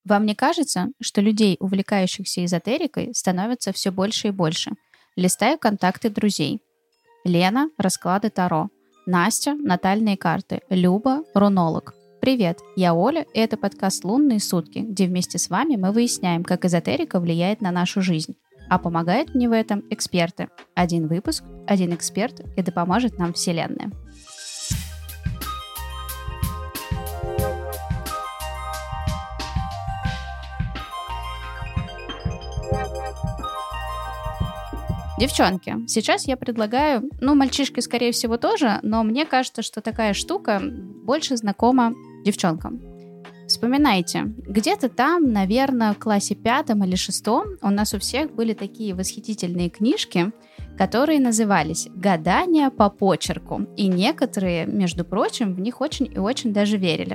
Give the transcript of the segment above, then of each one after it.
Вам не кажется, что людей, увлекающихся эзотерикой, становится все больше и больше? Листаю контакты друзей. Лена– расклады Таро. Настя– натальные карты. Люба– рунолог. Привет, я Оля, и это подкаст «Лунные сутки», где вместе с вами мы выясняем, как эзотерика влияет на нашу жизнь. А помогают мне в этом эксперты. Один выпуск, один эксперт, и да поможет нам Вселенная. Девчонки, сейчас я предлагаю, мальчишки, скорее всего, тоже, но мне кажется, что такая штука больше знакома девчонкам. Вспоминайте, где-то там, наверное, в классе 5 или 6 у нас у всех были такие восхитительные книжки, которые назывались «Гадания по почерку», и некоторые, между прочим, в них очень и очень даже верили.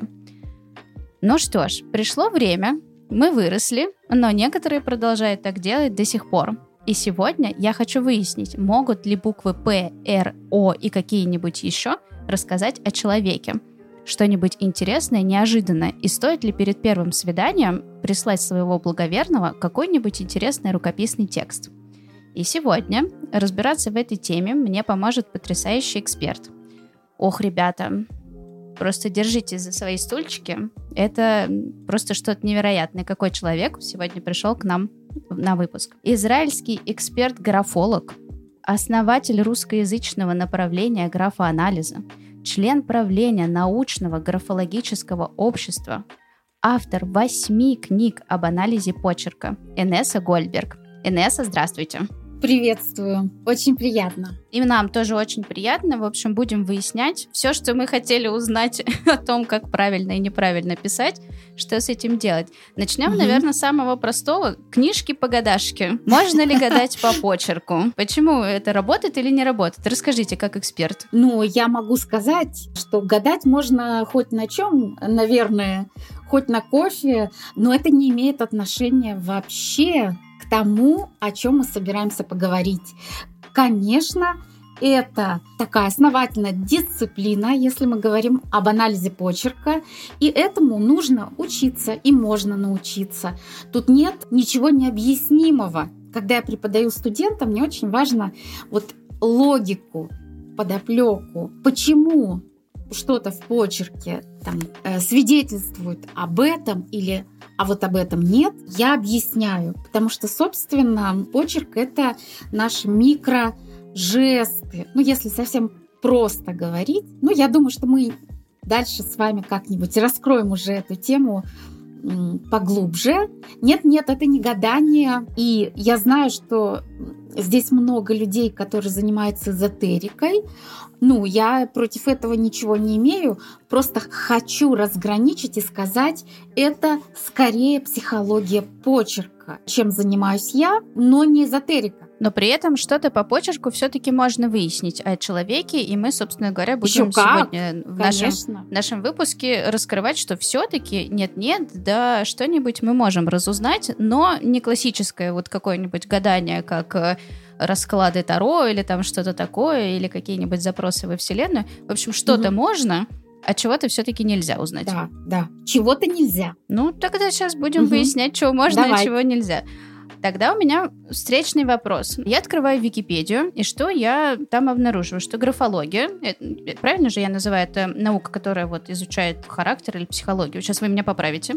Ну что ж, пришло время, мы выросли, но некоторые продолжают так делать до сих пор. И сегодня я хочу выяснить, могут ли буквы П, Р, О и какие-нибудь еще рассказать о человеке. Что-нибудь интересное, неожиданное, и стоит ли перед первым свиданием прислать своего благоверного какой-нибудь интересный рукописный текст. И сегодня разбираться в этой теме мне поможет потрясающий эксперт. Ох, ребята, просто держитесь за свои стульчики. Это просто что-то невероятное. Какой человек сегодня пришел к нам на выпуск. Израильский эксперт-графолог, основатель русскоязычного направления графоанализа, член правления научного графологического общества, автор 8 книг об анализе почерка, Инесса Гольдберг. Инесса, здравствуйте. Приветствую. Очень приятно. И нам тоже очень приятно. В общем, будем выяснять все, что мы хотели узнать о том, как правильно и неправильно писать, что с этим делать. Начнем, наверное, с самого простого. Книжки-погадашки. Можно ли гадать по почерку? Почему это работает или не работает? Расскажите, как эксперт. Я могу сказать, что гадать можно хоть на чем, наверное, хоть на кофе, но это не имеет отношения вообще к тому, о чем мы собираемся поговорить. Конечно, это такая основательная дисциплина, если мы говорим об анализе почерка, и этому нужно учиться, и можно научиться. Тут нет ничего необъяснимого. Когда я преподаю студентам, мне очень важно логику, подоплеку, почему что-то в почерке свидетельствует об этом или об этом нет, я объясняю. Потому что, собственно, почерк — это наши микрожесты. Если совсем просто говорить, я думаю, что мы дальше с вами как-нибудь раскроем уже эту тему поглубже. Нет, это не гадание. И я знаю, что здесь много людей, которые занимаются эзотерикой. Я против этого ничего не имею. Просто хочу разграничить и сказать, это скорее психология почерка, чем занимаюсь я, но не эзотерика. Но при этом что-то по почерку все-таки можно выяснить о человеке, и мы, собственно говоря, будем сегодня в нашем выпуске раскрывать, что все-таки нет-нет, да что-нибудь мы можем разузнать, но не классическое какое-нибудь гадание, как расклады Таро или там что-то такое, или какие-нибудь запросы во Вселенную. В общем, что-то можно, а чего-то все-таки нельзя узнать. Да, чего-то нельзя. Тогда сейчас будем выяснять, чего можно, а чего нельзя. Тогда у меня встречный вопрос. Я открываю Википедию, и что я там обнаруживаю? Что графология, правильно же я называю это наука, которая изучает характер или психологию, сейчас вы меня поправите,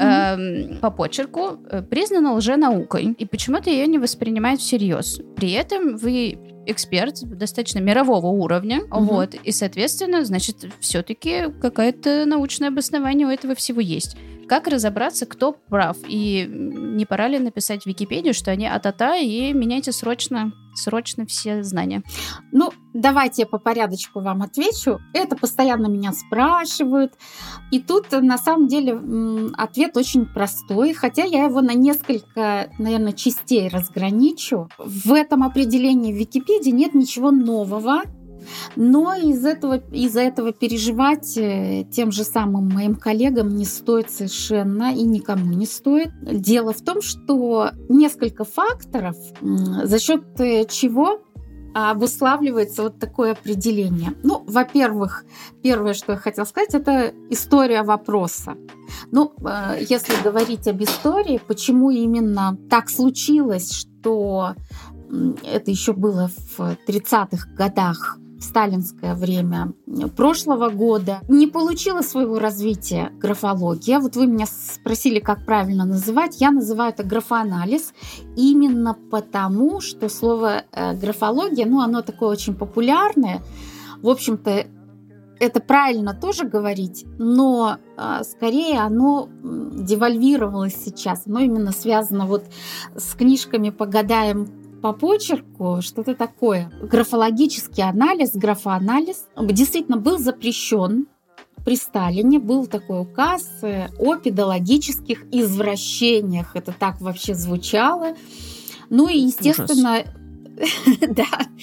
по почерку признана лженаукой, и почему-то ее не воспринимают всерьез. При этом вы эксперт достаточно мирового уровня, и, соответственно, значит, все-таки какое-то научное обоснование у этого всего есть. Как разобраться, кто прав? И не пора ли написать в Википедию, что они а-та-та, и меняйте срочно все знания? Давайте я по порядочку вам отвечу. Это постоянно меня спрашивают. И тут, на самом деле, ответ очень простой, хотя я его на несколько, наверное, частей разграничу. В этом определении в Википедии нет ничего нового. Но из-за этого переживать тем же самым моим коллегам не стоит совершенно и никому не стоит. Дело в том, что несколько факторов, за счет чего обуславливается вот такое определение? Ну, во-первых, первое, что я хотела сказать, это история вопроса. Ну, если говорить об истории, почему именно так случилось, что это еще было в 30-х годах, в сталинское время прошлого года, не получила своего развития графология. Вот вы меня спросили, как правильно называть. Я называю это графоанализ именно потому, что слово графология, оно такое очень популярное. В общем-то, это правильно тоже говорить, но скорее оно девальвировалось сейчас. Оно именно связано вот с книжками «Погадаем по почерку», что-то такое. Графологический анализ, графоанализ действительно был запрещен при Сталине. Был такой указ о педагогических извращениях. Это так вообще звучало. Ну и, естественно, да,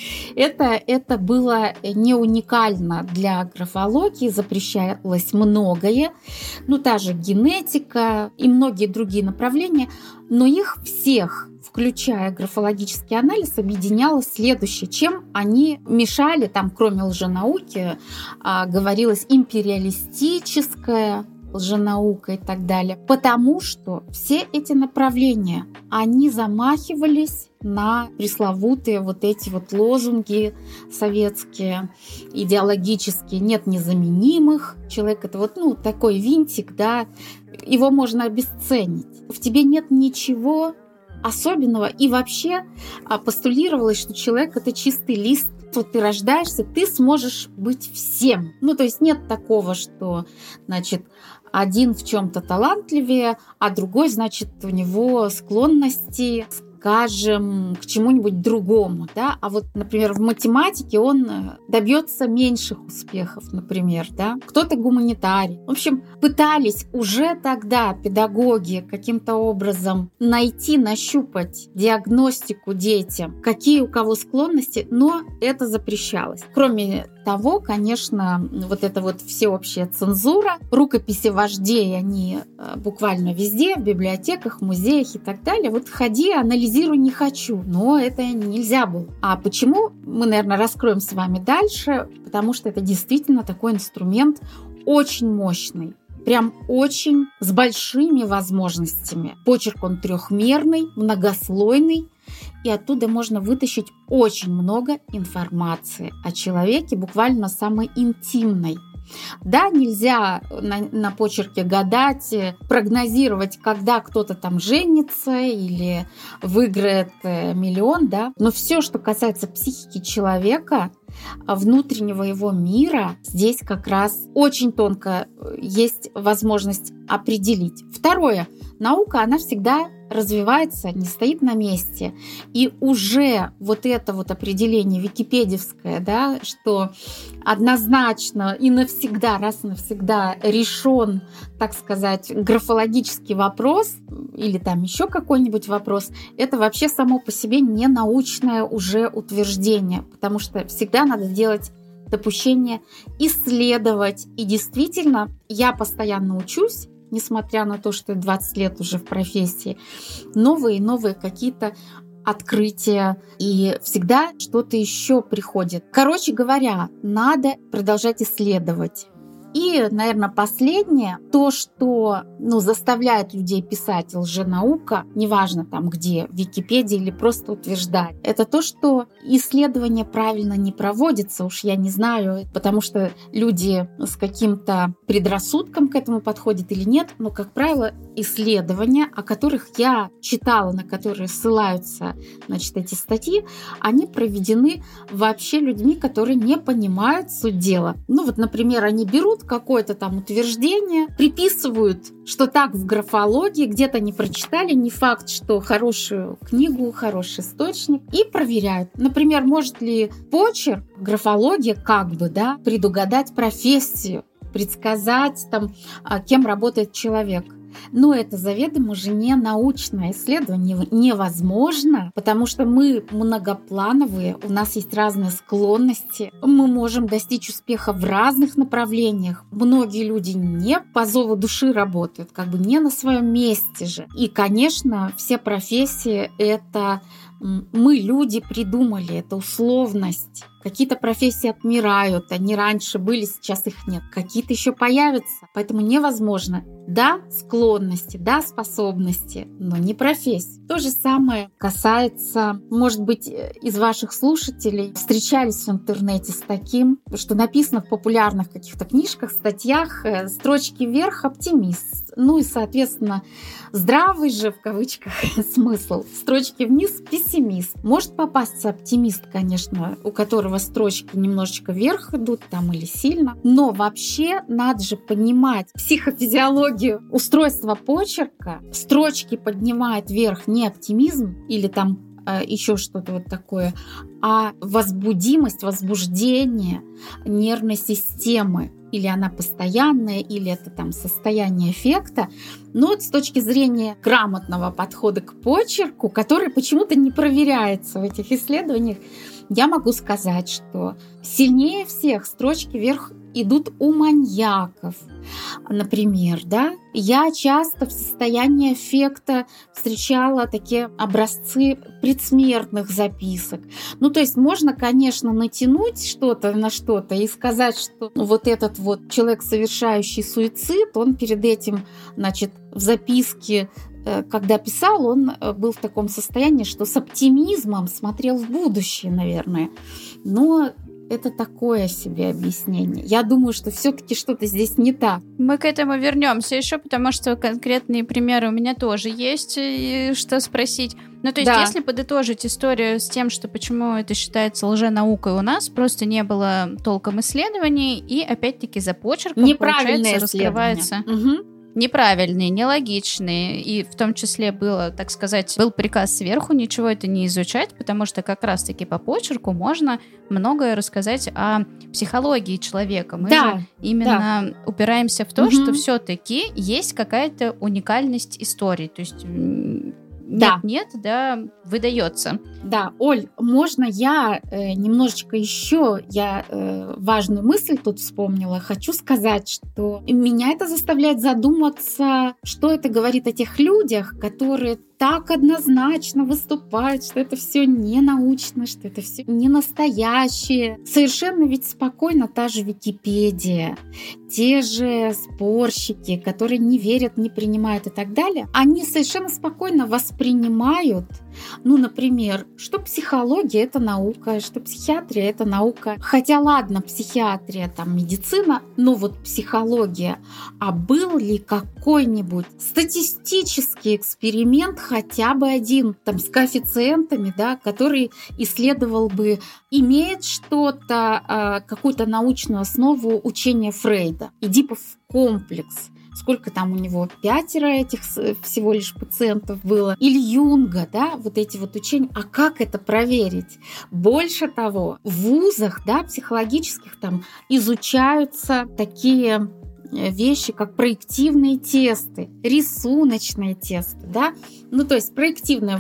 это было не уникально для графологии, запрещалось многое, та же генетика и многие другие направления, но их всех, включая графологический анализ, объединяло следующее. Чем они мешали, там, кроме лженауки, говорилось империалистическая лженаука и так далее. Потому что все эти направления, они замахивались на пресловутые вот эти вот лозунги советские, идеологические. Нет незаменимых. Человек — это вот такой винтик, да, его можно обесценить. В тебе нет ничего особенного. И вообще постулировалось, что человек — это чистый лист. Вот ты рождаешься, ты сможешь быть всем. То есть нет такого, что, один в чем-то талантливее, а другой, у него склонности, скажем, к чему-нибудь другому, да? А вот, например, в математике он добьется меньших успехов, например, да? Кто-то гуманитарий. В общем, пытались уже тогда педагоги каким-то образом найти, нащупать диагностику детям, какие у кого склонности, но это запрещалось. Кроме того, конечно, вот эта вот всеобщая цензура, рукописи вождей, они буквально везде, в библиотеках, музеях и так далее. Вот ходи, анализируй, не хочу, но это нельзя было. А почему? Мы, наверное, раскроем с вами дальше, потому что это действительно такой инструмент очень мощный. Прям очень с большими возможностями. Почерк он трехмерный, многослойный, и оттуда можно вытащить очень много информации о человеке, буквально самой интимной. Да, нельзя на почерке гадать, прогнозировать, когда кто-то там женится или выиграет миллион, да. Но все, что касается психики человека, внутреннего его мира, здесь как раз очень тонко есть возможность определить. Второе. Наука, она всегда развивается, не стоит на месте. И уже вот это вот определение википедиевское, да, что однозначно и навсегда, раз и навсегда решен, так сказать, графологический вопрос или там еще какой-нибудь вопрос, это вообще само по себе не научное уже утверждение, потому что всегда надо делать допущение, исследовать. И действительно, я постоянно учусь, несмотря на то, что я 20 лет уже в профессии, новые и новые какие-то открытия, и всегда что-то еще приходит. Короче говоря, надо продолжать исследовать. И, наверное, последнее, то, что заставляет людей писать лженаука, неважно там где, в Википедии или просто утверждать, это то, что исследование правильно не проводится, уж я не знаю, потому что люди с каким-то предрассудком к этому подходят или нет, но, как правило, исследования, о которых я читала, на которые ссылаются, эти статьи, они проведены вообще людьми, которые не понимают суть дела. Например, они берут какое-то там утверждение, приписывают, что так в графологии, где-то не прочитали, не факт, что хорошую книгу, хороший источник, и проверяют. Например, может ли почерк, графология предугадать профессию, предсказать, кем работает человек. Но это заведомо уже не научное исследование, невозможно, потому что мы многоплановые, у нас есть разные склонности, мы можем достичь успеха в разных направлениях. Многие люди не по зову души работают, не на своем месте же. И, конечно, все профессии — это мы, люди, придумали, это условность. Какие-то профессии отмирают, они раньше были, сейчас их нет. Какие-то еще появятся, поэтому невозможно. Да, склонности, да, способности, но не профессии. То же самое касается, может быть, из ваших слушателей встречались в интернете с таким, что написано в популярных каких-то книжках, статьях, строчки вверх — оптимист. Ну и, соответственно, здравый же, в кавычках, смысл. Строчки вниз — пессимист. Может попасться оптимист, конечно, у которого строчки немножечко вверх идут там или сильно. Но вообще надо же понимать психофизиологию устройства почерка. Строчки поднимает вверх не оптимизм или там еще что-то вот такое, а возбудимость, возбуждение нервной системы. Или она постоянная, или это там состояние эффекта. Но вот с точки зрения грамотного подхода к почерку, который почему-то не проверяется в этих исследованиях, я могу сказать, что сильнее всех строчки вверх идут у маньяков. Например, да, я часто в состоянии эффекта встречала такие образцы предсмертных записок. Ну, то есть можно, конечно, натянуть что-то на что-то и сказать, что вот этот вот человек, совершающий суицид, он перед этим, значит, в записке, когда писал, он был в таком состоянии, что с оптимизмом смотрел в будущее, наверное. Но это такое себе объяснение. Я думаю, что все-таки что-то здесь не так. Мы к этому вернемся еще, потому что конкретные примеры у меня тоже есть, и что спросить. Ну, то есть, если подытожить историю с тем, что почему это считается лженаукой у нас, просто не было толком исследований, и опять-таки за почерком, получается, раскрывается... Неправильные, нелогичные, и в том числе был приказ сверху ничего это не изучать, потому что как раз-таки по почерку можно многое рассказать о психологии человека. Мы же именно упираемся в то, что все-таки есть какая-то уникальность истории, то есть нет, выдается. Да, Оль, можно я немножечко еще, важную мысль тут вспомнила. Хочу сказать, что меня это заставляет задуматься, что это говорит о тех людях, которые так однозначно выступают, что это все не научно, что это все не настоящее. Совершенно ведь спокойно та же Википедия, те же спорщики, которые не верят, не принимают и так далее, они совершенно спокойно воспринимают, например, что психология — это наука, что психиатрия — это наука. Хотя ладно, психиатрия, там, медицина, но вот психология. А был ли какой-нибудь статистический эксперимент, хотя бы один, там, с коэффициентами, да, который исследовал бы, имеет что-то, какую-то научную основу учения Фрейда, Эдипов комплекс? Сколько там у него, 5 этих всего лишь пациентов было. Или Юнга, да, вот эти вот учения. А как это проверить? Больше того, в вузах, да, психологических там изучаются такие вещи, как проективные тесты, рисуночные тесты, да. То есть проективный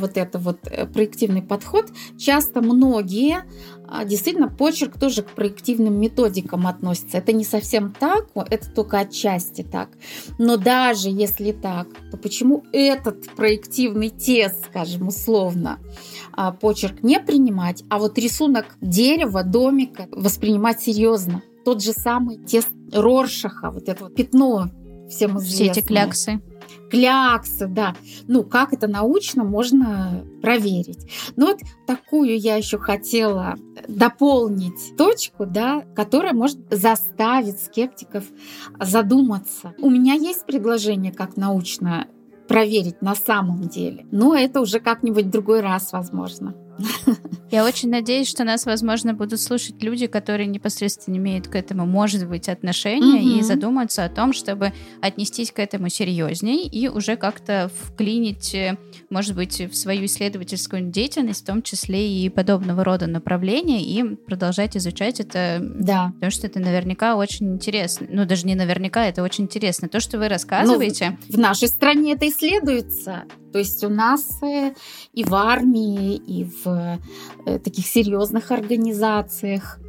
подход. Часто многие, действительно, почерк тоже к проективным методикам относится. Это не совсем так, это только отчасти так. Но даже если так, то почему этот проективный тест, скажем, условно, почерк не принимать, а вот рисунок дерева, домика воспринимать серьезно? Тот же самый тест Роршаха, вот это вот пятно всем известное. Все эти кляксы. Кляксы, да. Как это научно можно проверить? Вот такую я еще хотела дополнить точку, да, которая может заставить скептиков задуматься. У меня есть предложение, как научно проверить на самом деле, но это уже как-нибудь в другой раз, возможно. Я очень надеюсь, что нас, возможно, будут слушать люди, которые непосредственно имеют к этому, может быть, отношение, и задумаются о том, чтобы отнестись к этому серьезней и уже как-то вклинить, может быть, в свою исследовательскую деятельность, в том числе и подобного рода направления, и продолжать изучать это, потому что это наверняка очень интересно. Даже не наверняка, это очень интересно. То, что вы рассказываете... В нашей стране это исследуется. То есть у нас и в армии, и в таких серьезных организациях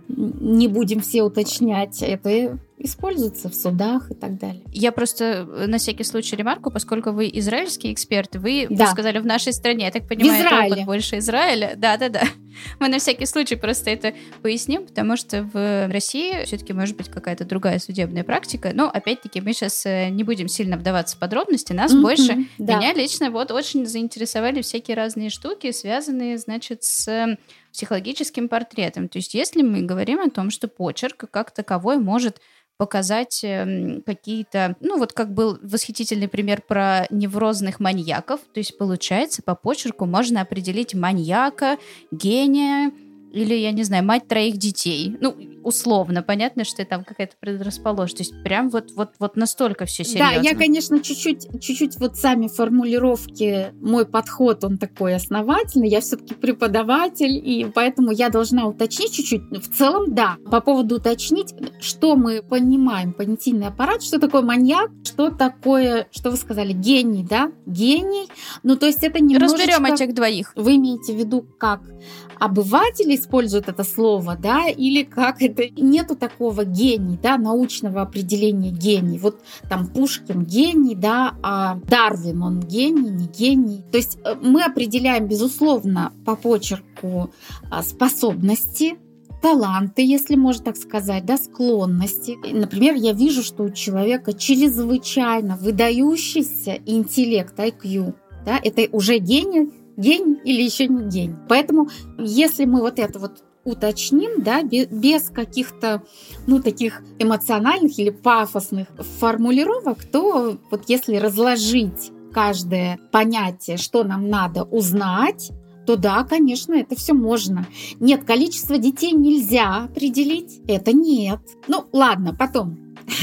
не будем все уточнять, это используется в судах и так далее. Я просто на всякий случай ремарку, поскольку вы израильский эксперт, вы сказали в нашей стране, я так понимаю, это опыт больше Израиля. Да. Мы на всякий случай просто это поясним, потому что в России все-таки может быть какая-то другая судебная практика. Но опять-таки мы сейчас не будем сильно вдаваться в подробности. Нас больше, меня лично вот очень заинтересовали всякие разные штуки, связанные, значит, с психологическим портретом. То есть если мы говорим о том, что почерк как таковой может показать какие-то... Ну, вот как был восхитительный пример про неврозных маньяков. То есть, получается, по почерку можно определить маньяка, гения или, я не знаю, мать 3 детей. Ну, условно, понятно, что там какая-то предрасположенность. То есть прям вот настолько все серьезно. Да, я, конечно, чуть-чуть вот сами формулировки, мой подход, он такой основательный. Я все-таки преподаватель, и поэтому я должна уточнить чуть-чуть. В целом, да. По поводу уточнить, что мы понимаем, понятийный аппарат, что такое маньяк, что такое, что вы сказали, гений, да? Гений. Ну, то есть это немножечко... Разберем этих двоих. Вы имеете в виду, как обыватели используют это слово, да, или как это... Нету такого гений, да, научного определения гений. Вот там Пушкин гений, да, а Дарвин, он гений, не гений. То есть мы определяем, безусловно, по почерку способности, таланты, если можно так сказать, да, склонности. Например, я вижу, что у человека чрезвычайно выдающийся интеллект, IQ, да, это уже гений или еще не гений. Поэтому, если мы вот это вот уточним, да, без каких-то, ну, таких эмоциональных или пафосных формулировок, то вот если разложить каждое понятие, что нам надо узнать, то да, конечно, это все можно. Нет, количество детей нельзя определить. Это нет. Ну, ладно, потом.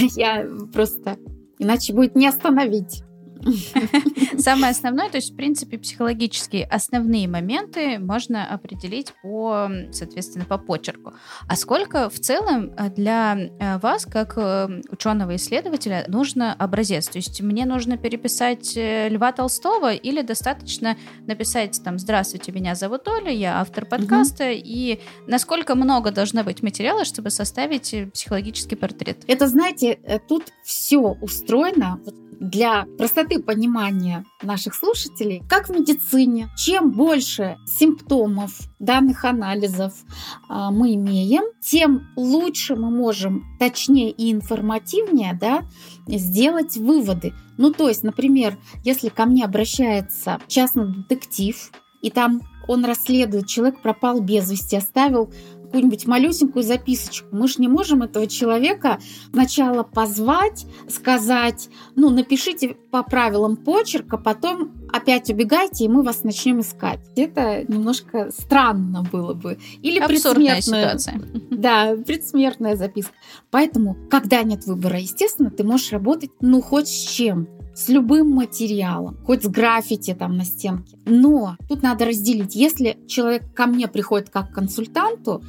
Я просто... Иначе будет не остановить. Самое основное, то есть, в принципе, психологические основные моменты можно определить соответственно, по почерку. А сколько в целом для вас, как ученого-исследователя, нужно образец? То есть мне нужно переписать Льва Толстого или достаточно написать там «Здравствуйте, меня зовут Оля, я автор подкаста», и насколько много должно быть материала, чтобы составить психологический портрет? Это, знаете, тут все устроено для простоты понимания наших слушателей, как в медицине. Чем больше симптомов, данных анализов мы имеем, тем лучше мы можем точнее и информативнее, да, сделать выводы. Ну, то есть, например, если ко мне обращается частный детектив, и там он расследует, человек пропал без вести, оставил какую-нибудь малюсенькую записочку. Мы же не можем этого человека сначала позвать, сказать, ну, напишите по правилам почерка, потом опять убегайте, и мы вас начнем искать. Это немножко странно было бы. Или абсурдная ситуация. Да, предсмертная записка. Поэтому, когда нет выбора, естественно, ты можешь работать, ну, хоть с чем. С любым материалом, хоть с граффити там на стенке. Но тут надо разделить. Если человек ко мне приходит как к консультанту,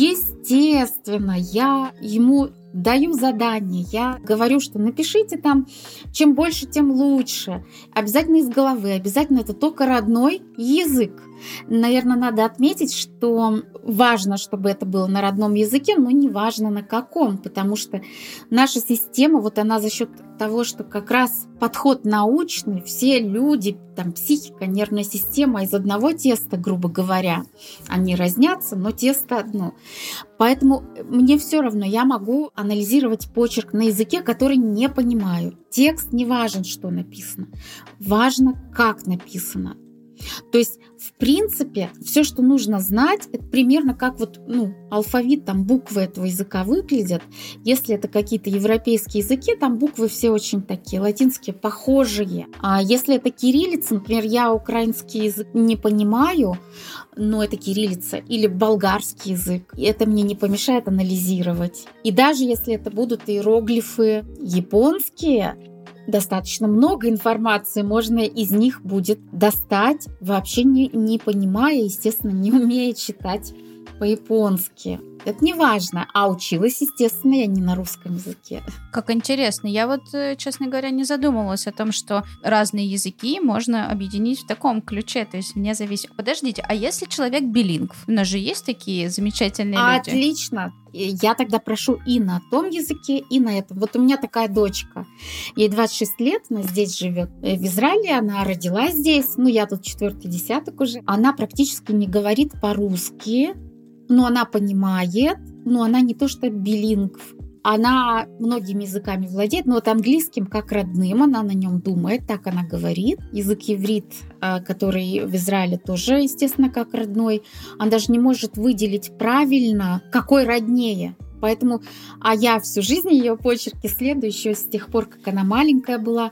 естественно, я ему даю задание, я говорю, что напишите там, чем больше, тем лучше. Обязательно из головы, обязательно это только родной язык. Наверное, надо отметить, что важно, чтобы это было на родном языке, но не важно на каком, потому что наша система, вот она за счет того, что как раз подход научный, все люди, там психика, нервная система из одного теста, грубо говоря, они разнятся, но тесто одно. Поэтому мне все равно, я могу анализировать почерк на языке, который не понимаю. Текст не важен, что написано, важно, как написано. То есть, в принципе, все, что нужно знать, это примерно как вот, алфавит, там буквы этого языка выглядят. Если это какие-то европейские языки, там буквы все очень такие, латинские, похожие. А если это кириллица, например, я украинский язык не понимаю, но это кириллица, или болгарский язык, это мне не помешает анализировать. И даже если это будут иероглифы японские, достаточно много информации, можно из них будет достать, вообще не понимая, естественно, не умея читать по-японски. Это не важно. А училась, естественно, я не на русском языке. Как интересно. Я вот, честно говоря, не задумывалась о том, что разные языки можно объединить в таком ключе. То есть вне зависимости. Подождите, а если человек билингв? У нас же есть такие замечательные люди. Отлично. Я тогда прошу и на том языке, и на этом. Вот у меня такая дочка. Ей 26 лет, она здесь живет в Израиле, она родилась здесь. Ну, я тут 4-й десяток уже. Она практически не говорит по-русски, но она понимает, но она не то что билингв. Она многими языками владеет, но вот английским как родным, она на нем думает, так она говорит. Язык иврит, который в Израиле тоже, естественно, как родной, она даже не может выделить правильно, какой роднее. Поэтому, а я всю жизнь ее почерки следую еще с тех пор, как она маленькая была.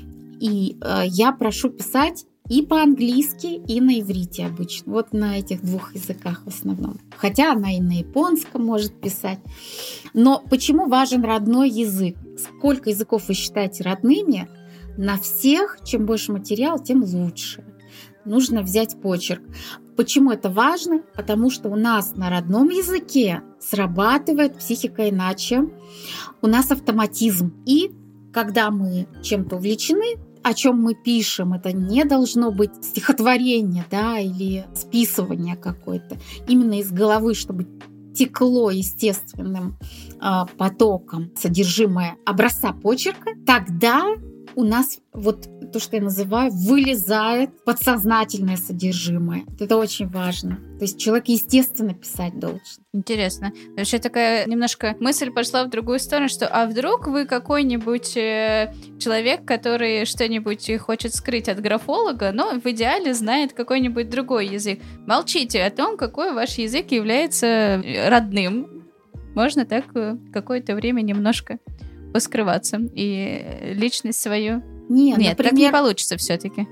И я прошу писать и по-английски, и на иврите обычно. Вот на этих двух языках в основном. Хотя она и на японском может писать. Но почему важен родной язык? Сколько языков вы считаете родными? На всех, чем больше материал, тем лучше. Нужно взять почерк. Почему это важно? Потому что у нас на родном языке срабатывает психика иначе. У нас автоматизм. И когда мы чем-то увлечены, о чем мы пишем, это не должно быть стихотворение, да, или списывание какое-то. Именно из головы, чтобы текло естественным потоком содержимое образца почерка, тогда у нас вот то, что я называю, вылезает подсознательное содержимое. Это очень важно. То есть человек, естественно, писать должен. Интересно. Вообще такая немножко мысль пошла в другую сторону, что а вдруг вы какой-нибудь человек, который что-нибудь хочет скрыть от графолога, но в идеале знает какой-нибудь другой язык. Молчите о том, какой ваш язык является родным. Можно так какое-то время немножко поскрываться и личность свою. Нет, например, так не получится все-таки.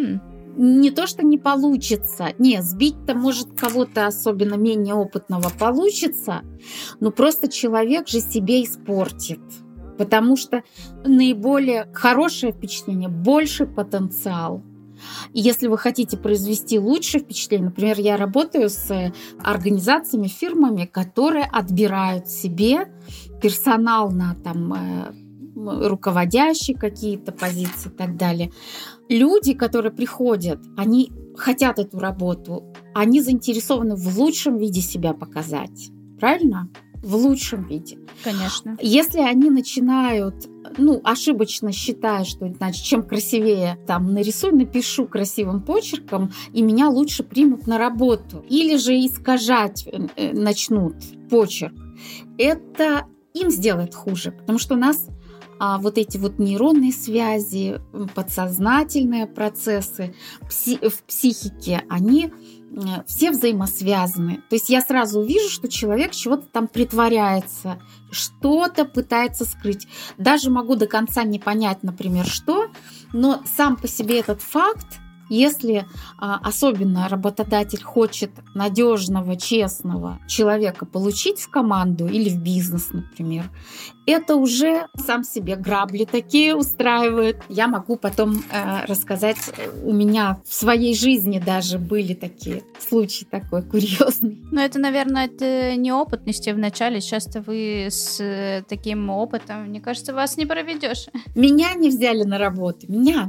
Не то, что не получится. Не, сбить-то, может, кого-то особенно менее опытного получится, но просто человек же себе испортит. Потому что наиболее хорошее впечатление, больший потенциал. И если вы хотите произвести лучшее впечатление, например, я работаю с организациями, фирмами, которые отбирают себе персонал на руководящие какие-то позиции и так далее. Люди, которые приходят, они хотят эту работу, они заинтересованы в лучшем виде себя показать. Правильно? В лучшем виде. Конечно. Если они начинают, ошибочно считая, что, значит, чем красивее нарисую, напишу красивым почерком, и меня лучше примут на работу. Или же искажать начнут почерк. Это им сделает хуже, потому что у нас вот эти вот нейронные связи, подсознательные процессы в психике, они все взаимосвязаны. То есть я сразу увижу, что человек чего-то там притворяется, что-то пытается скрыть. Даже могу до конца не понять, например, что, но сам по себе этот факт, если особенно работодатель хочет надежного, честного человека получить в команду или в бизнес, например, это уже сам себе грабли такие устраивает. Я могу потом рассказать, у меня в своей жизни даже были такие случаи, такой курьезный. Ну, это, наверное, от неопытности в начале. Часто вы с таким опытом, мне кажется, вас не проведешь. Меня не взяли на работу. Меня.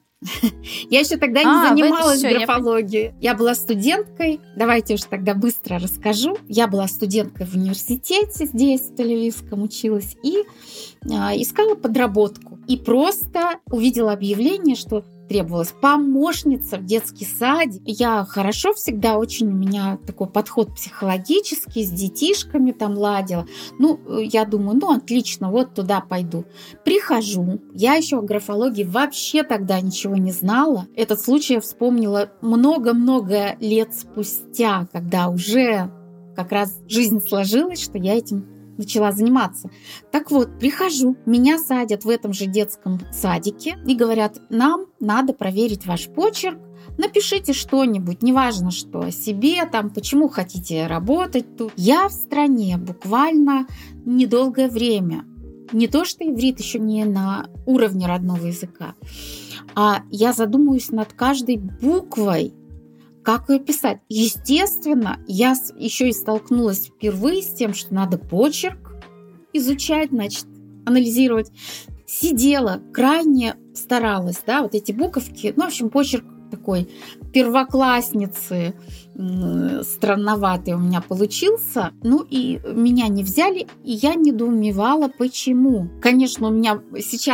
Я еще тогда не занималась графологией. Я была студенткой. Давайте уж тогда быстро расскажу. Я была студенткой в университете здесь, в Тель-Авивском, училась и искала подработку. И просто увидела объявление, что требовалась помощница в детский садик. Я хорошо всегда, очень у меня такой подход психологический, с детишками там ладила. Я думаю, отлично, вот туда пойду. Прихожу. Я еще о графологии вообще тогда ничего не знала. Этот случай я вспомнила много-много лет спустя, когда уже как раз жизнь сложилась, что я этим начала заниматься. Так вот, прихожу, меня садят в этом же детском садике и говорят, нам надо проверить ваш почерк, напишите что-нибудь, неважно что, о себе, почему хотите работать тут. Я в стране буквально недолгое время. Не то, что иврит еще не на уровне родного языка, а я задумываюсь над каждой буквой, как ее писать. Естественно, я еще и столкнулась впервые с тем, что надо почерк изучать, значит, анализировать. Сидела, крайне старалась, да, вот эти буковки, ну, в общем, почерк такой первоклассницы, странноватый у меня получился. Ну, и меня не взяли, и я недоумевала, почему. Конечно, у меня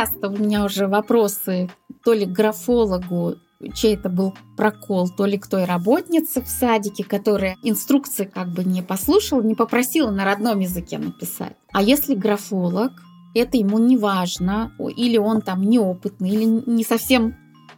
уже вопросы то ли к графологу, чей это был прокол, то ли к той работнице в садике, которая инструкции как бы не послушала, не попросила на родном языке написать. А если графолог, это ему не важно, или он там неопытный, или не совсем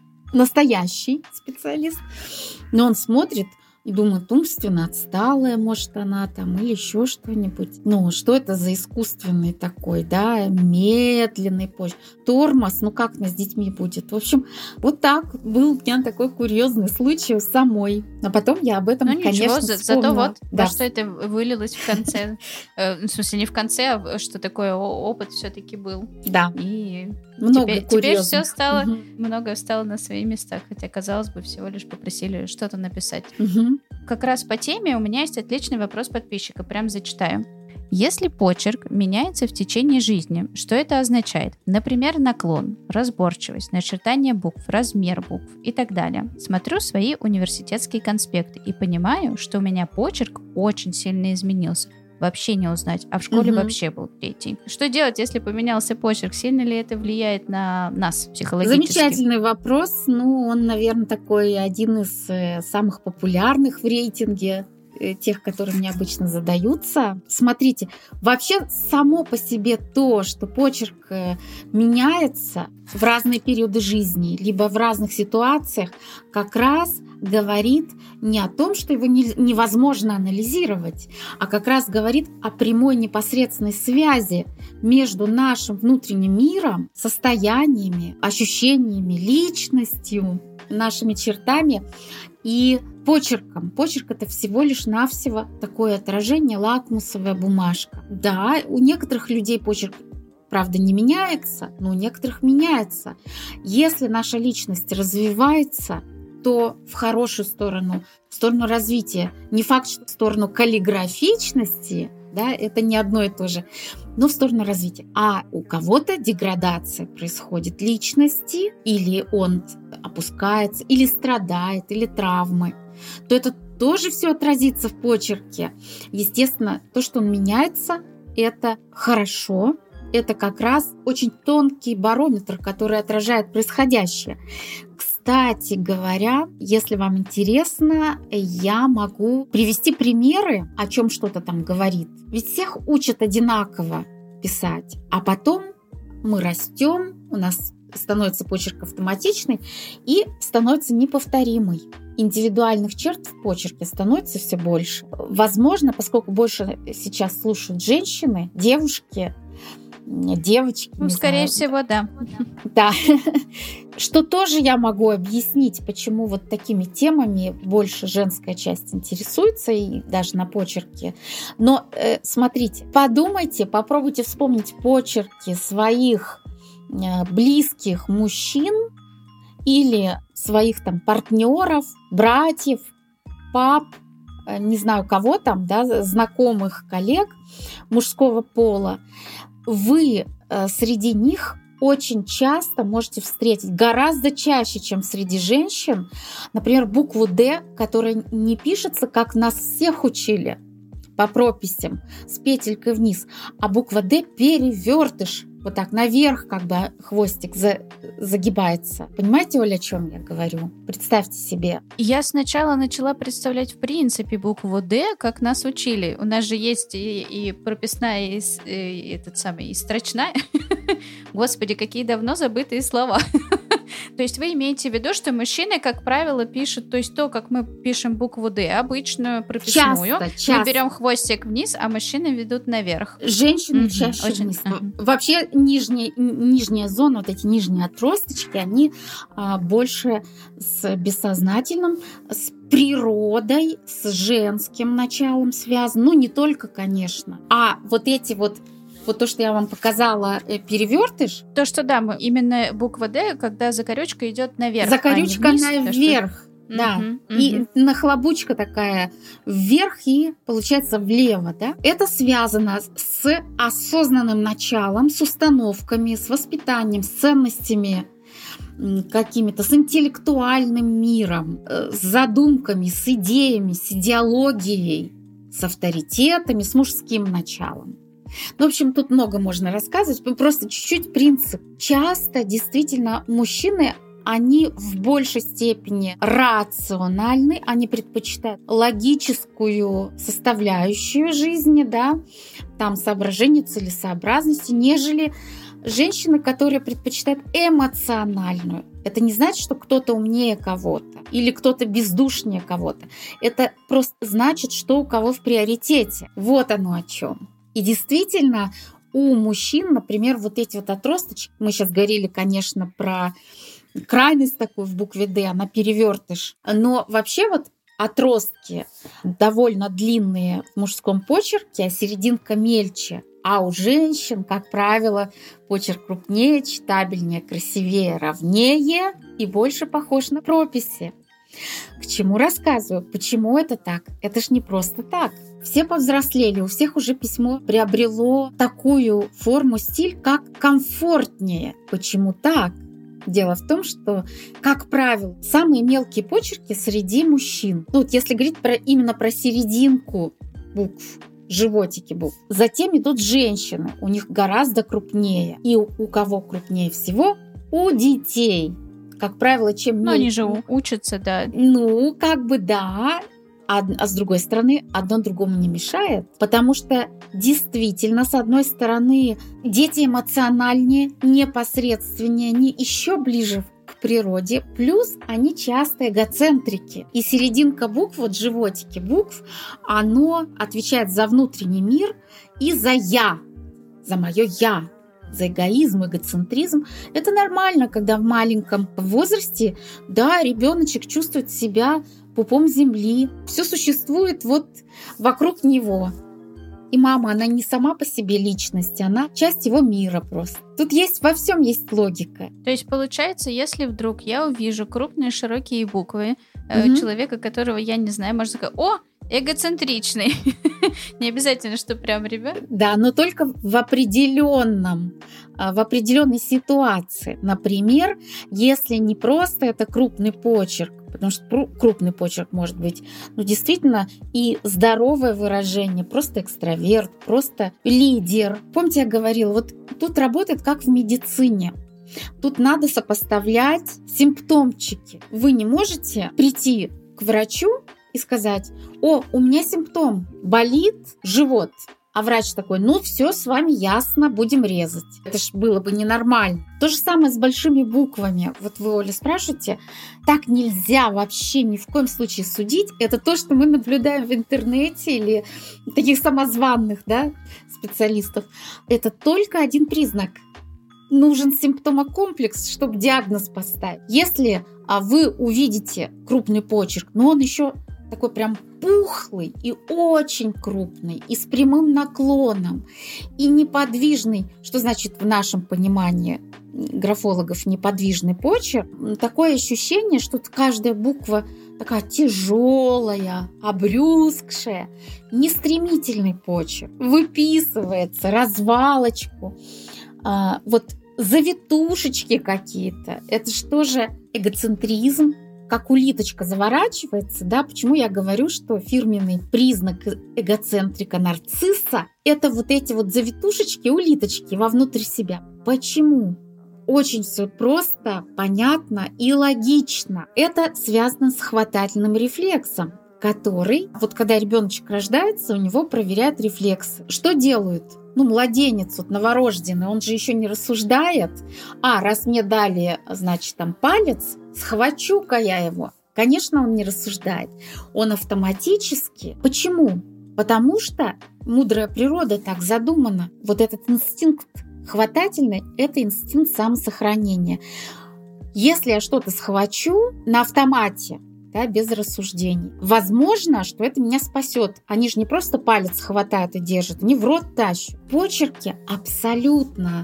настоящий специалист, но он смотрит и думает, умственно отсталая, может, она там, или еще что-нибудь. Ну, что это за искусственный такой, да, медленный почерк, тормоз, ну как с детьми будет? В общем, вот так был у меня такой курьезный случай самой. А потом я об этом, конечно, вспомнила. Зато вот, да. Что это вылилось в конце. В смысле, не в конце, а что такой опыт все-таки был. Да. И много теперь все стало, многое встало на свои места, хотя, казалось бы, всего лишь попросили что-то написать. Как раз по теме у меня есть отличный вопрос подписчика, прям зачитаю. Если почерк меняется в течение жизни, что это означает? Например, наклон, разборчивость, начертание букв, размер букв и так далее. Смотрю свои университетские конспекты и понимаю, что у меня почерк очень сильно изменился. Вообще не узнать, а в школе вообще был 3. Что делать, если поменялся почерк? Сильно ли это влияет на нас психологически? Замечательный вопрос. Ну, он, наверное, такой один из самых популярных в рейтинге тех, которые мне обычно задаются. Смотрите, вообще само по себе то, что почерк меняется в разные периоды жизни, либо в разных ситуациях, как раз говорит не о том, что его невозможно анализировать, а как раз говорит о прямой непосредственной связи между нашим внутренним миром, состояниями, ощущениями, личностью, нашими чертами и почерком. Почерк — это всего лишь навсего такое отражение, лакмусовая бумажка. Да, у некоторых людей почерк, правда, не меняется, но у некоторых меняется. Если наша личность развивается, то в хорошую сторону, в сторону развития. Не факт, что в сторону каллиграфичности, да, это не одно и то же, но в сторону развития. А у кого-то деградация происходит личности, или он опускается, или страдает, или травмы, то это тоже все отразится в почерке. Естественно, то, что он меняется, это хорошо. Это как раз очень тонкий барометр, который отражает происходящее. Кстати говоря, если вам интересно, я могу привести примеры, о чем что-то там говорит. Ведь всех учат одинаково писать, а потом мы растем, у нас становится почерк автоматичный и становится неповторимый. Индивидуальных черт в почерке становится все больше. Возможно, поскольку больше сейчас слушают женщины, девушки, девочки. Ну, скорее всего, да. Да. Что тоже я могу объяснить, почему вот такими темами больше женская часть интересуется, и даже на почерке. Но смотрите, подумайте, попробуйте вспомнить почерки своих близких мужчин или своих там партнеров, братьев, пап, не знаю кого там, да, знакомых, коллег мужского пола. Вы среди них очень часто можете встретить, гораздо чаще, чем среди женщин, например, букву «Д», которая не пишется, как нас всех учили по прописям, с петелькой вниз, а буква «Д» перевертыш, вот так наверх как бы хвостик загибается. Понимаете, Оля, о чем я говорю? Представьте себе. Я сначала начала представлять в принципе букву «Д», как нас учили. У нас же есть и прописная, и строчная. Господи, какие давно забытые слова. То есть вы имеете в виду, что мужчины, как правило, пишут, то есть то, как мы пишем букву «Д», обычную прописную, часто. Мы берем хвостик вниз, а мужчины ведут наверх. Женщины чаще вниз. Вообще нижняя зона, вот эти нижние отросточки, они больше с бессознательным, с природой, с женским началом связаны. Ну, не только, конечно. А вот эти вот то, что я вам показала, перевертыш. То, что да, именно буква «Д», когда закорючка идет наверх. Закорючка наверх. Да. И нахлобучка такая вверх и, получается, влево, да. Это связано с осознанным началом, с установками, с воспитанием, с ценностями какими-то, с интеллектуальным миром, с задумками, с идеями, с идеологией, с авторитетами, с мужским началом. Ну, в общем, тут много можно рассказывать, просто чуть-чуть принцип. Часто действительно мужчины, они в большей степени рациональны, они предпочитают логическую составляющую жизни, да, там соображение целесообразности, нежели женщины, которые предпочитают эмоциональную. Это не значит, что кто-то умнее кого-то или кто-то бездушнее кого-то. Это просто значит, что у кого в приоритете. Вот оно о чем. И действительно, у мужчин, например, вот эти вот отросточки, мы сейчас говорили, конечно, про крайность такую в букве «Д», она перевертыш. Но вообще вот отростки довольно длинные в мужском почерке, а серединка мельче. А у женщин, как правило, почерк крупнее, читабельнее, красивее, ровнее и больше похож на прописи. К чему рассказываю? Почему это так? Это ж не просто так. Все повзрослели, у всех уже письмо приобрело такую форму, стиль, как комфортнее. Почему так? Дело в том, что, как правило, самые мелкие почерки среди мужчин. Ну, вот если говорить именно про серединку букв, животики букв. Затем идут женщины, у них гораздо крупнее. И у кого крупнее всего? У детей. Как правило, чем меньше. Ну, они же учатся, да. Ну, как бы да. А с другой стороны, одно другому не мешает, потому что действительно, с одной стороны, дети эмоциональнее, непосредственнее, они еще ближе к природе, плюс они часто эгоцентрики. И серединка букв, вот животики букв, оно отвечает за внутренний мир и за «я», за мое «я». За эгоизм, эгоцентризм. Это нормально, когда в маленьком возрасте, да, ребеночек чувствует себя пупом земли. Все существует вот вокруг него. И мама, она не сама по себе личность, она часть его мира просто. Тут есть во всем есть логика. То есть получается, если вдруг я увижу крупные широкие буквы человека, которого я не знаю, можно сказать: о, эгоцентричный. Не обязательно, что прям ребенок. Да, но только в определенной ситуации. Например, если не просто это крупный почерк, потому что крупный почерк может быть, ну, действительно, и здоровое выражение, просто экстраверт, просто лидер. Помните, я говорила, вот тут работает как в медицине. Тут надо сопоставлять симптомчики. Вы не можете прийти к врачу и сказать: о, у меня симптом, болит живот. А врач такой: ну все, с вами ясно, будем резать. Это ж было бы ненормально. То же самое с большими буквами. Вот вы, Оля, спрашиваете, так нельзя вообще ни в коем случае судить. Это то, что мы наблюдаем в интернете или таких самозванных, да, специалистов. Это только один признак. Нужен симптомокомплекс, чтобы диагноз поставить. Если вы увидите крупный почерк, но он еще такой прям пухлый и очень крупный, и с прямым наклоном, и неподвижный, что значит в нашем понимании графологов неподвижный почерк, такое ощущение, что каждая буква такая тяжелая, обрюзгшая, нестремительный почерк, выписывается, развалочку, вот завитушечки какие-то. Это что же эгоцентризм? Как улиточка заворачивается, да, почему я говорю, что фирменный признак эгоцентрика-нарцисса – это вот эти вот завитушечки, улиточки вовнутрь себя. Почему? Очень все просто, понятно и логично. Это связано с хватательным рефлексом, который, вот когда ребеночек рождается, у него проверяют рефлексы. Что делают? Ну, младенец, вот новорожденный, он же еще не рассуждает. Раз мне дали, значит, там палец, схвачу-ка я его. Конечно, он не рассуждает. Он автоматически. Почему? Потому что мудрая природа так задумана. Вот этот инстинкт хватательный – это инстинкт самосохранения. Если я что-то схвачу на автомате, да, без рассуждений, возможно, что это меня спасет. Они же не просто палец хватают и держат, они в рот тащат. Почерки абсолютно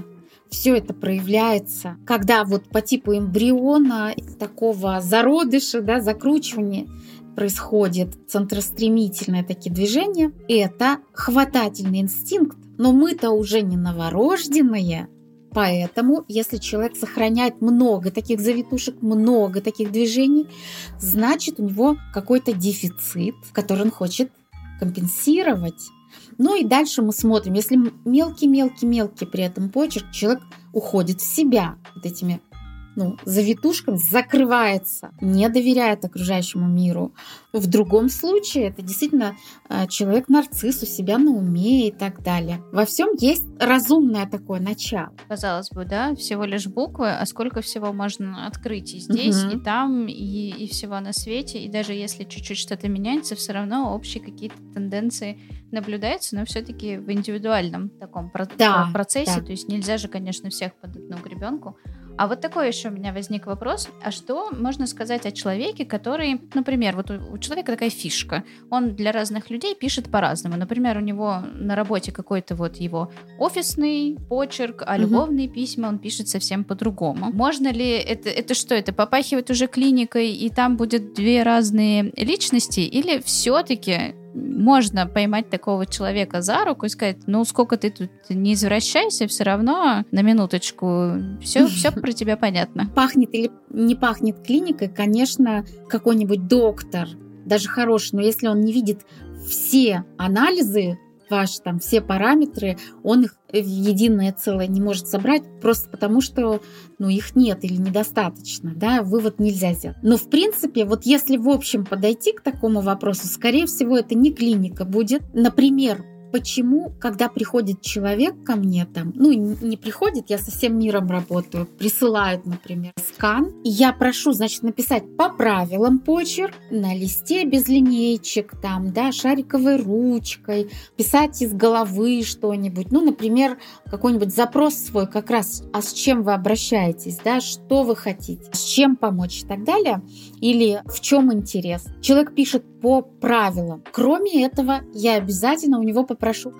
все это проявляется, когда вот по типу эмбриона, такого зародыша, да, закручивания происходит центростремительные такие движения. Это хватательный инстинкт, но мы-то уже не новорожденные. Поэтому, если человек сохраняет много таких завитушек, много таких движений, значит, у него какой-то дефицит, который он хочет компенсировать. Ну и дальше мы смотрим, если мелкий-мелкий-мелкий при этом почерк, человек уходит в себя вот этими завитушками, закрывается, не доверяет окружающему миру. В другом случае это действительно человек-нарцисс, у себя на уме и так далее. Во всем есть разумное такое начало. Казалось бы, да, всего лишь буквы, а сколько всего можно открыть и здесь, и там, и всего на свете. И даже если чуть-чуть что-то меняется, все равно общие какие-то тенденции наблюдаются, но все-таки в индивидуальном таком процессе. Да. То есть нельзя же, конечно, всех под одну гребенку. А вот такой еще у меня возник вопрос. А что можно сказать о человеке, который, например, вот у человека такая фишка. Он для разных людей пишет по-разному. Например, у него на работе какой-то вот его офисный почерк, а любовные письма он пишет совсем по-другому. Можно ли это что? Это попахивает уже клиникой, и там будет две разные личности? Или все-таки можно поймать такого человека за руку и сказать, сколько ты тут не извращайся, все равно на минуточку все про тебя понятно. Пахнет или не пахнет клиникой, конечно, какой-нибудь доктор, даже хороший, но если он не видит все анализы ваши, там, все параметры, он их в единое целое не может собрать, просто потому что их нет или недостаточно, да, вывод нельзя сделать. Но в принципе, вот если в общем подойти к такому вопросу, скорее всего, это не клиника будет. Например, почему, когда приходит человек ко мне, не приходит, я со всем миром работаю, присылают, например, скан, и я прошу, написать по правилам почерк на листе без линеечек, шариковой ручкой, писать из головы что-нибудь, например, какой-нибудь запрос свой как раз, а с чем вы обращаетесь, что вы хотите, с чем помочь и так далее, или в чем интерес. Человек пишет по правилам. Кроме этого, я обязательно у него попрошу,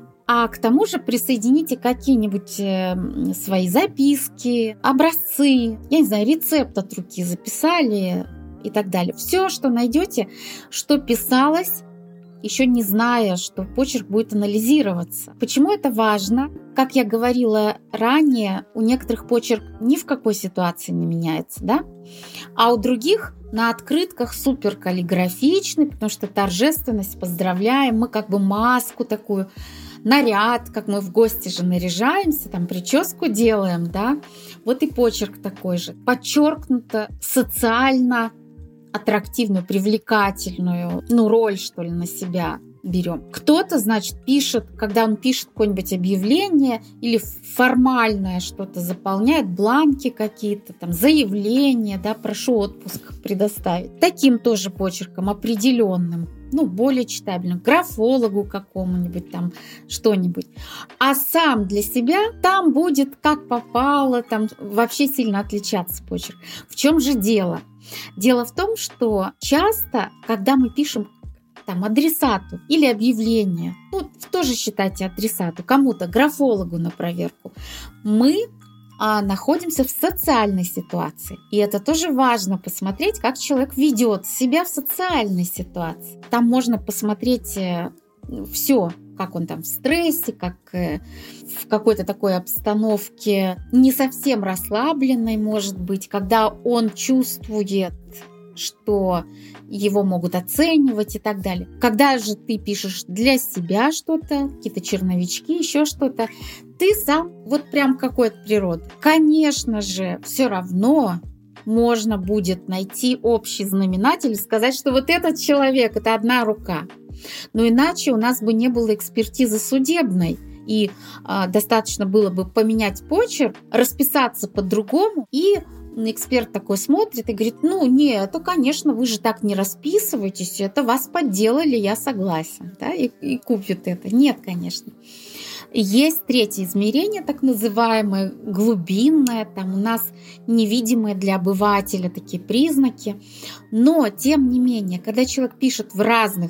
а к тому же присоедините какие-нибудь свои записки, образцы, я не знаю, рецепт от руки записали и так далее. Все, что найдете, что писалось, еще не зная, что почерк будет анализироваться. Почему это важно? Как я говорила ранее, у некоторых почерк ни в какой ситуации не меняется, да? А у других на открытках супер каллиграфичный, потому что торжественность, поздравляем, мы как бы маску такую, наряд, как мы в гости же наряжаемся, прическу делаем, да? Вот и почерк такой же. Подчеркнуто социально аттрактивную, привлекательную, роль, что ли, на себя берем. Кто-то, пишет, когда он пишет какое-нибудь объявление или формальное что-то заполняет, бланки какие-то, заявления, прошу отпуск предоставить. Таким тоже почерком определенным, более читабельным, графологу какому-нибудь что-нибудь. А сам для себя там будет как попало, вообще сильно отличаться почерк. В чем же дело? Дело в том, что часто, когда мы пишем адресату или объявление, тоже считайте адресату, кому-то, графологу на проверку, мы находимся в социальной ситуации. И это тоже важно посмотреть, как человек ведет себя в социальной ситуации. Там можно посмотреть все, как он в стрессе, как в какой-то такой обстановке не совсем расслабленной, может быть, когда он чувствует, что его могут оценивать и так далее. Когда же ты пишешь для себя что-то, какие-то черновички, еще что-то, ты сам прям какой от природы. Конечно же, все равно можно будет найти общий знаменатель и сказать, что вот этот человек — это одна рука. Но иначе у нас бы не было экспертизы судебной. И достаточно было бы поменять почерк, расписаться по-другому, и эксперт такой смотрит и говорит, нет, конечно, вы же так не расписываетесь, это вас подделали, я согласен, да, и купит это. Нет, конечно. Есть третье измерение, так называемое глубинное, у нас невидимые для обывателя такие признаки, но, тем не менее, когда человек пишет в разных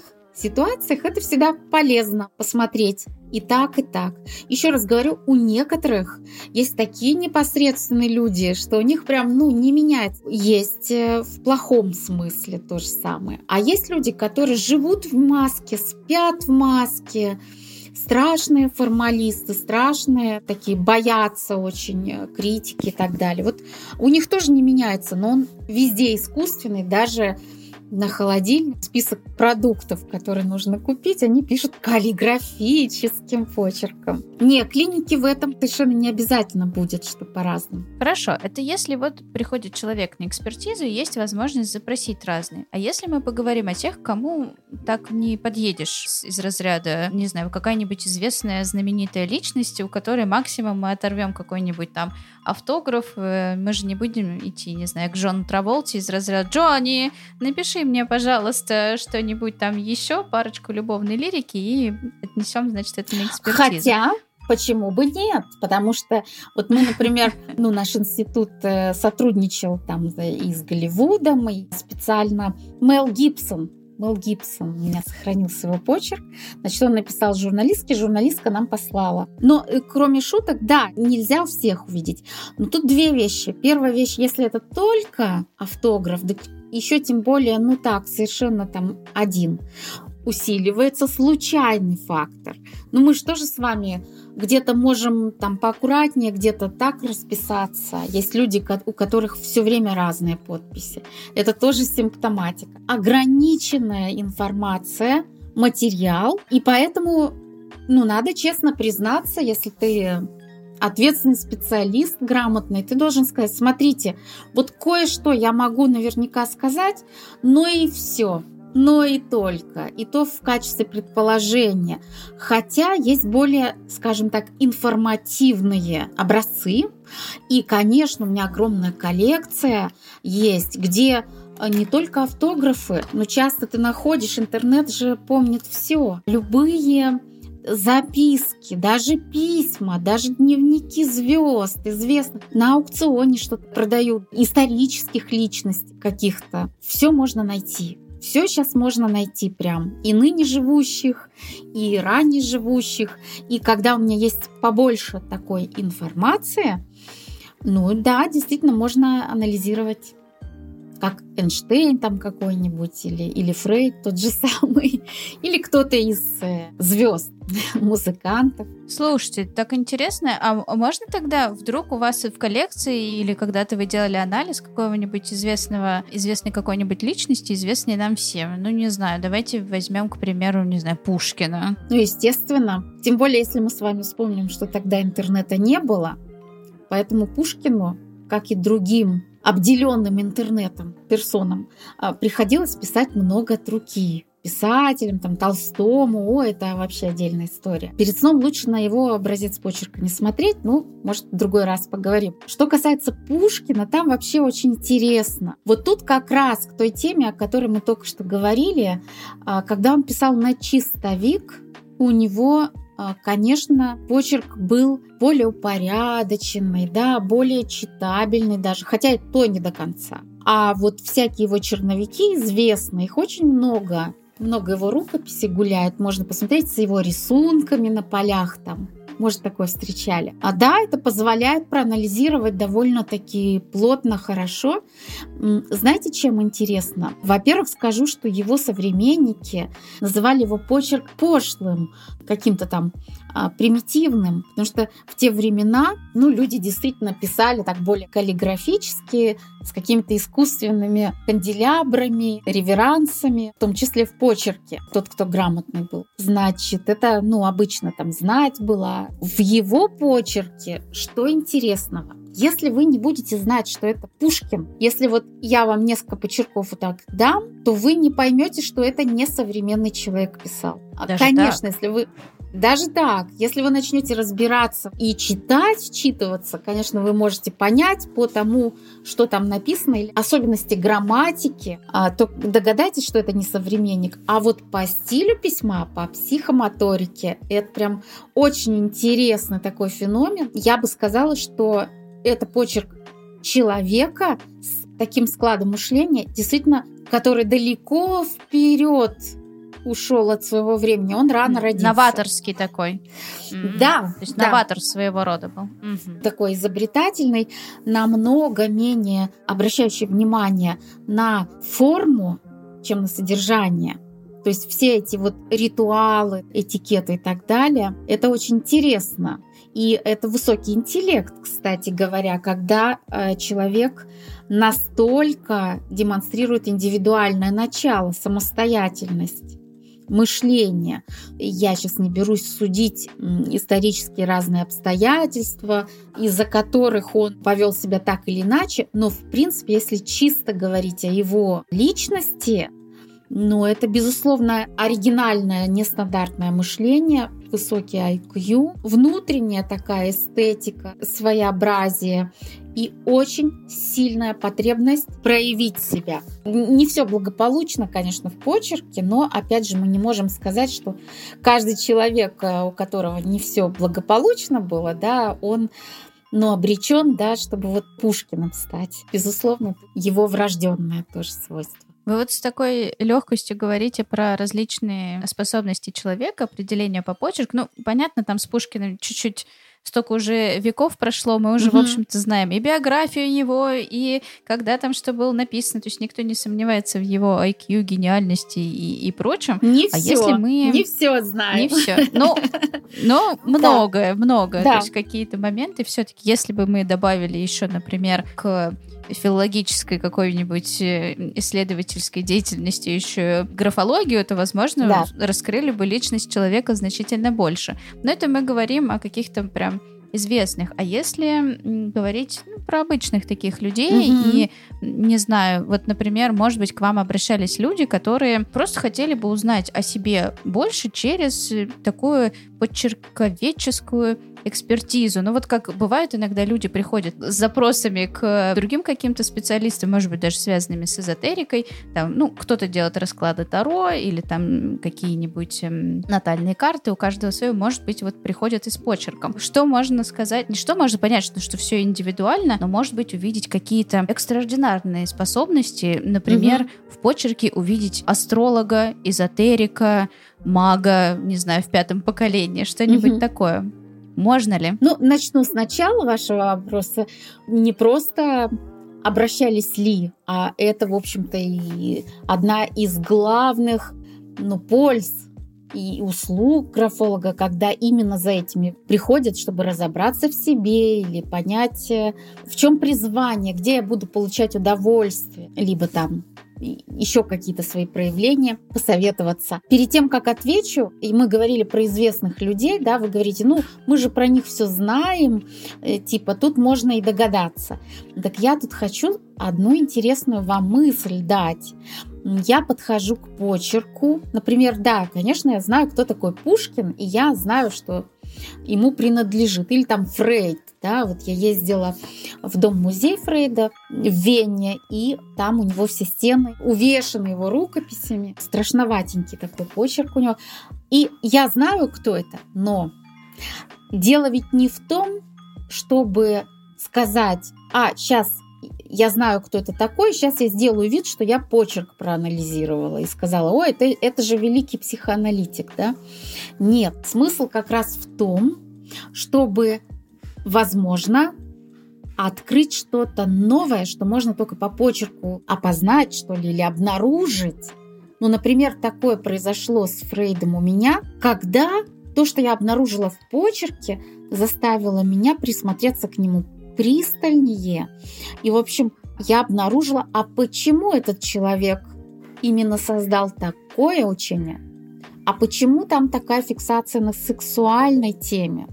ситуациях это всегда полезно посмотреть и так, и так. Еще раз говорю, у некоторых есть такие непосредственные люди, что у них прям, не меняется. Есть в плохом смысле то же самое. А есть люди, которые живут в маске, спят в маске, страшные формалисты, страшные такие, боятся очень критики и так далее. Вот у них тоже не меняется, но он везде искусственный, даже на холодильник список продуктов, которые нужно купить, они пишут каллиграфическим почерком. Не, клиники в этом совершенно не обязательно будет, что по-разному. Хорошо, это если вот приходит человек на экспертизу, и есть возможность запросить разные. А если мы поговорим о тех, кому так не подъедешь из разряда, не знаю, какая-нибудь известная знаменитая личность, у которой максимум мы оторвем какой-нибудь там автограф, мы же не будем идти, не знаю, к Джону Траволте из разряда: «Джонни, напиши мне, пожалуйста, что-нибудь там еще, парочку любовной лирики, и отнесем, значит, это на экспертизу». Хотя, почему бы нет? Потому что вот мы, например, наш институт сотрудничал там и с Голливудом, и специально Мел Гибсон, у меня сохранился его почерк. Значит, он написал журналистке, журналистка нам послала. Но кроме шуток, да, нельзя у всех увидеть. Но тут две вещи. Первая вещь, если это только автограф, да еще тем более, совершенно там один, усиливается случайный фактор. Мы же тоже с вами где-то можем там поаккуратнее, где-то так расписаться. Есть люди, у которых все время разные подписи. Это тоже симптоматика. Ограниченная информация, материал, и поэтому, надо честно признаться, если ты ответственный специалист, грамотный, ты должен сказать: смотрите, вот кое-что я могу наверняка сказать, но и все. Но и только. И то в качестве предположения. Хотя есть более, скажем так, информативные образцы. И, конечно, у меня огромная коллекция есть, где не только автографы, но часто ты находишь, интернет же помнит все. Любые записки, даже письма, даже дневники звезд известных. На аукционе что-то продают, исторических личностей каких-то. Все можно найти. Все сейчас можно найти прям. И ныне живущих, и ранее живущих. И когда у меня есть побольше такой информации, да, действительно можно анализировать, как Эйнштейн там какой-нибудь, или Фрейд тот же самый, или кто-то из звезд, музыкантов. Слушайте, так интересно. А можно тогда вдруг у вас в коллекции или когда-то вы делали анализ какого-нибудь известной какой-нибудь личности, известной нам всем? Не знаю, давайте возьмем, к примеру, не знаю, Пушкина. Естественно. Тем более, если мы с вами вспомним, что тогда интернета не было. Поэтому Пушкину, как и другим обделенным интернетом персонам, приходилось писать много от руки. Писателям, Толстому, это вообще отдельная история. Перед сном лучше на его образец почерка не смотреть, может, в другой раз поговорим. Что касается Пушкина, там вообще очень интересно. Вот тут как раз к той теме, о которой мы только что говорили, когда он писал на чистовик, у него, конечно, почерк был более упорядоченный, да, более читабельный даже, хотя и то не до конца. А вот всякие его черновики известны, их очень много. Много его рукописей гуляет, можно посмотреть с его рисунками на полях там. Может, такое встречали. Да, это позволяет проанализировать довольно-таки плотно, хорошо. Знаете, чем интересно? Во-первых, скажу, что его современники называли его почерк пошлым, каким-то там примитивным, потому что в те времена люди действительно писали так более каллиграфически, с какими-то искусственными канделябрами, реверансами, в том числе в почерке, тот, кто грамотный был. Значит, это обычно там знать была. В его почерке что интересного? Если вы не будете знать, что это Пушкин, если вот я вам несколько почерков вот так дам, то вы не поймете, что это не современный человек писал. Конечно, если вы... Даже так, если вы начнете разбираться и вчитываться, конечно, вы можете понять по тому, что там написано, или особенности грамматики, то догадайтесь, что это не современник. А вот по стилю письма, по психомоторике, это прям очень интересный такой феномен. Я бы сказала, что это почерк человека с таким складом мышления, действительно, который далеко вперед ушел от своего времени, он рано родился. Новаторский такой. Да. То есть новатор своего рода был. Такой изобретательный, намного менее обращающий внимание на форму, чем на содержание. То есть все эти вот ритуалы, этикеты и так далее, это очень интересно. И это высокий интеллект, кстати говоря, когда человек настолько демонстрирует индивидуальное начало, самостоятельность, мышление. Я сейчас не берусь судить исторические разные обстоятельства, из-за которых он повел себя так или иначе, но в принципе, если чисто говорить о его личности, это, безусловно, оригинальное, нестандартное мышление, высокий IQ, внутренняя такая эстетика, своеобразие и очень сильная потребность проявить себя. Не все благополучно, конечно, в почерке, но, опять же, мы не можем сказать, что каждый человек, у которого не все благополучно было, да, он обречен, да, чтобы вот Пушкиным стать. Безусловно, его врожденное тоже свойство. Вы вот с такой легкостью говорите про различные способности человека, определение по почерку. Понятно, там с Пушкиным чуть-чуть столько уже веков прошло, мы уже, в общем-то, знаем и биографию его, и когда там что было написано. То есть никто не сомневается в его IQ, гениальности и прочем. Не все знаем. Не все. Но многое. Да. То есть какие-то моменты все-таки, если бы мы добавили еще, например, к филологической какой-нибудь исследовательской деятельности еще графологию, то, возможно, раскрыли бы личность человека значительно больше. Но это мы говорим о каких-то прям известных. А если говорить про обычных таких людей, и, не знаю, вот, например, может быть, к вам обращались люди, которые просто хотели бы узнать о себе больше через такую почерковедческую экспертизу. Вот как бывает, иногда люди приходят с запросами к другим каким-то специалистам, может быть, даже связанными с эзотерикой. Там, кто-то делает расклады Таро или там какие-нибудь натальные карты. У каждого свое, может быть, вот приходят и с почерком. Что можно сказать? Не что можно понять, что все индивидуально, но, может быть, увидеть какие-то экстраординарные способности. Например, в почерке увидеть астролога, эзотерика, мага, не знаю, в 5-м поколении, что-нибудь такое. Можно ли? Начну с начала вашего вопроса. Не просто обращались ли, а это, в общем-то, и одна из главных польз и услуг графолога, когда именно за этими приходят, чтобы разобраться в себе или понять, в чем призвание, где я буду получать удовольствие, либо там еще какие-то свои проявления, посоветоваться. Перед тем, как отвечу, и мы говорили про известных людей, да, вы говорите, мы же про них все знаем, типа тут можно и догадаться. Так я тут хочу одну интересную вам мысль дать. Я подхожу к почерку. Например, да, конечно, я знаю, кто такой Пушкин, и я знаю, что ему принадлежит. Или там Фрейд. Да, вот я ездила в дом-музей Фрейда в Вене, и там у него все стены увешаны его рукописями. Страшноватенький такой почерк у него. И я знаю, кто это, но дело ведь не в том, чтобы сказать, сейчас я знаю, кто это такой, сейчас я сделаю вид, что я почерк проанализировала и сказала, это же великий психоаналитик, да? Нет, смысл как раз в том, чтобы, возможно, открыть что-то новое, что можно только по почерку опознать, что ли, или обнаружить. Например, такое произошло с Фрейдом у меня, когда то, что я обнаружила в почерке, заставило меня присмотреться к нему пристальнее. И, в общем, я обнаружила, почему этот человек именно создал такое учение, почему там такая фиксация на сексуальной теме,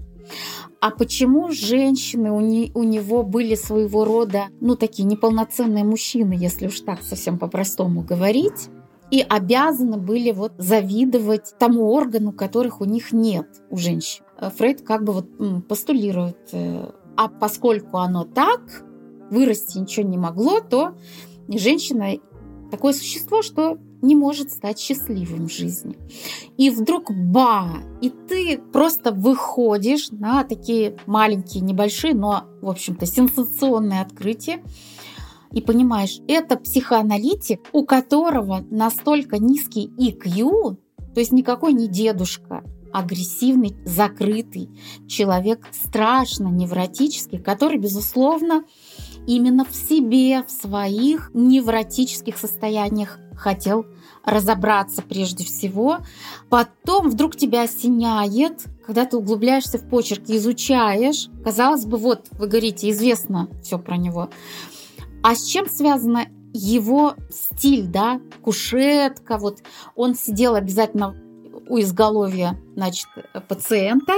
почему женщины у него были своего рода, такие неполноценные мужчины, если уж так совсем по-простому говорить, и обязаны были завидовать тому органу, которых у них нет, у женщин. Фрейд как бы постулирует, поскольку оно так, вырасти ничего не могло, то женщина такое существо, что не может стать счастливым в жизни. И вдруг и ты просто выходишь на такие маленькие, небольшие, но, в общем-то, сенсационные открытия и понимаешь, это психоаналитик, у которого настолько низкий IQ, То есть никакой не дедушка, агрессивный, закрытый человек, страшно невротический, который, безусловно, именно в себе, в своих невротических состояниях хотел разобраться прежде всего. Потом вдруг тебя осеняет, когда ты углубляешься в почерки, изучаешь. Казалось бы, вот, вы говорите, известно все про него. А с чем связано его стиль, да? Кушетка, вот он сидел обязательно у изголовья, значит, пациента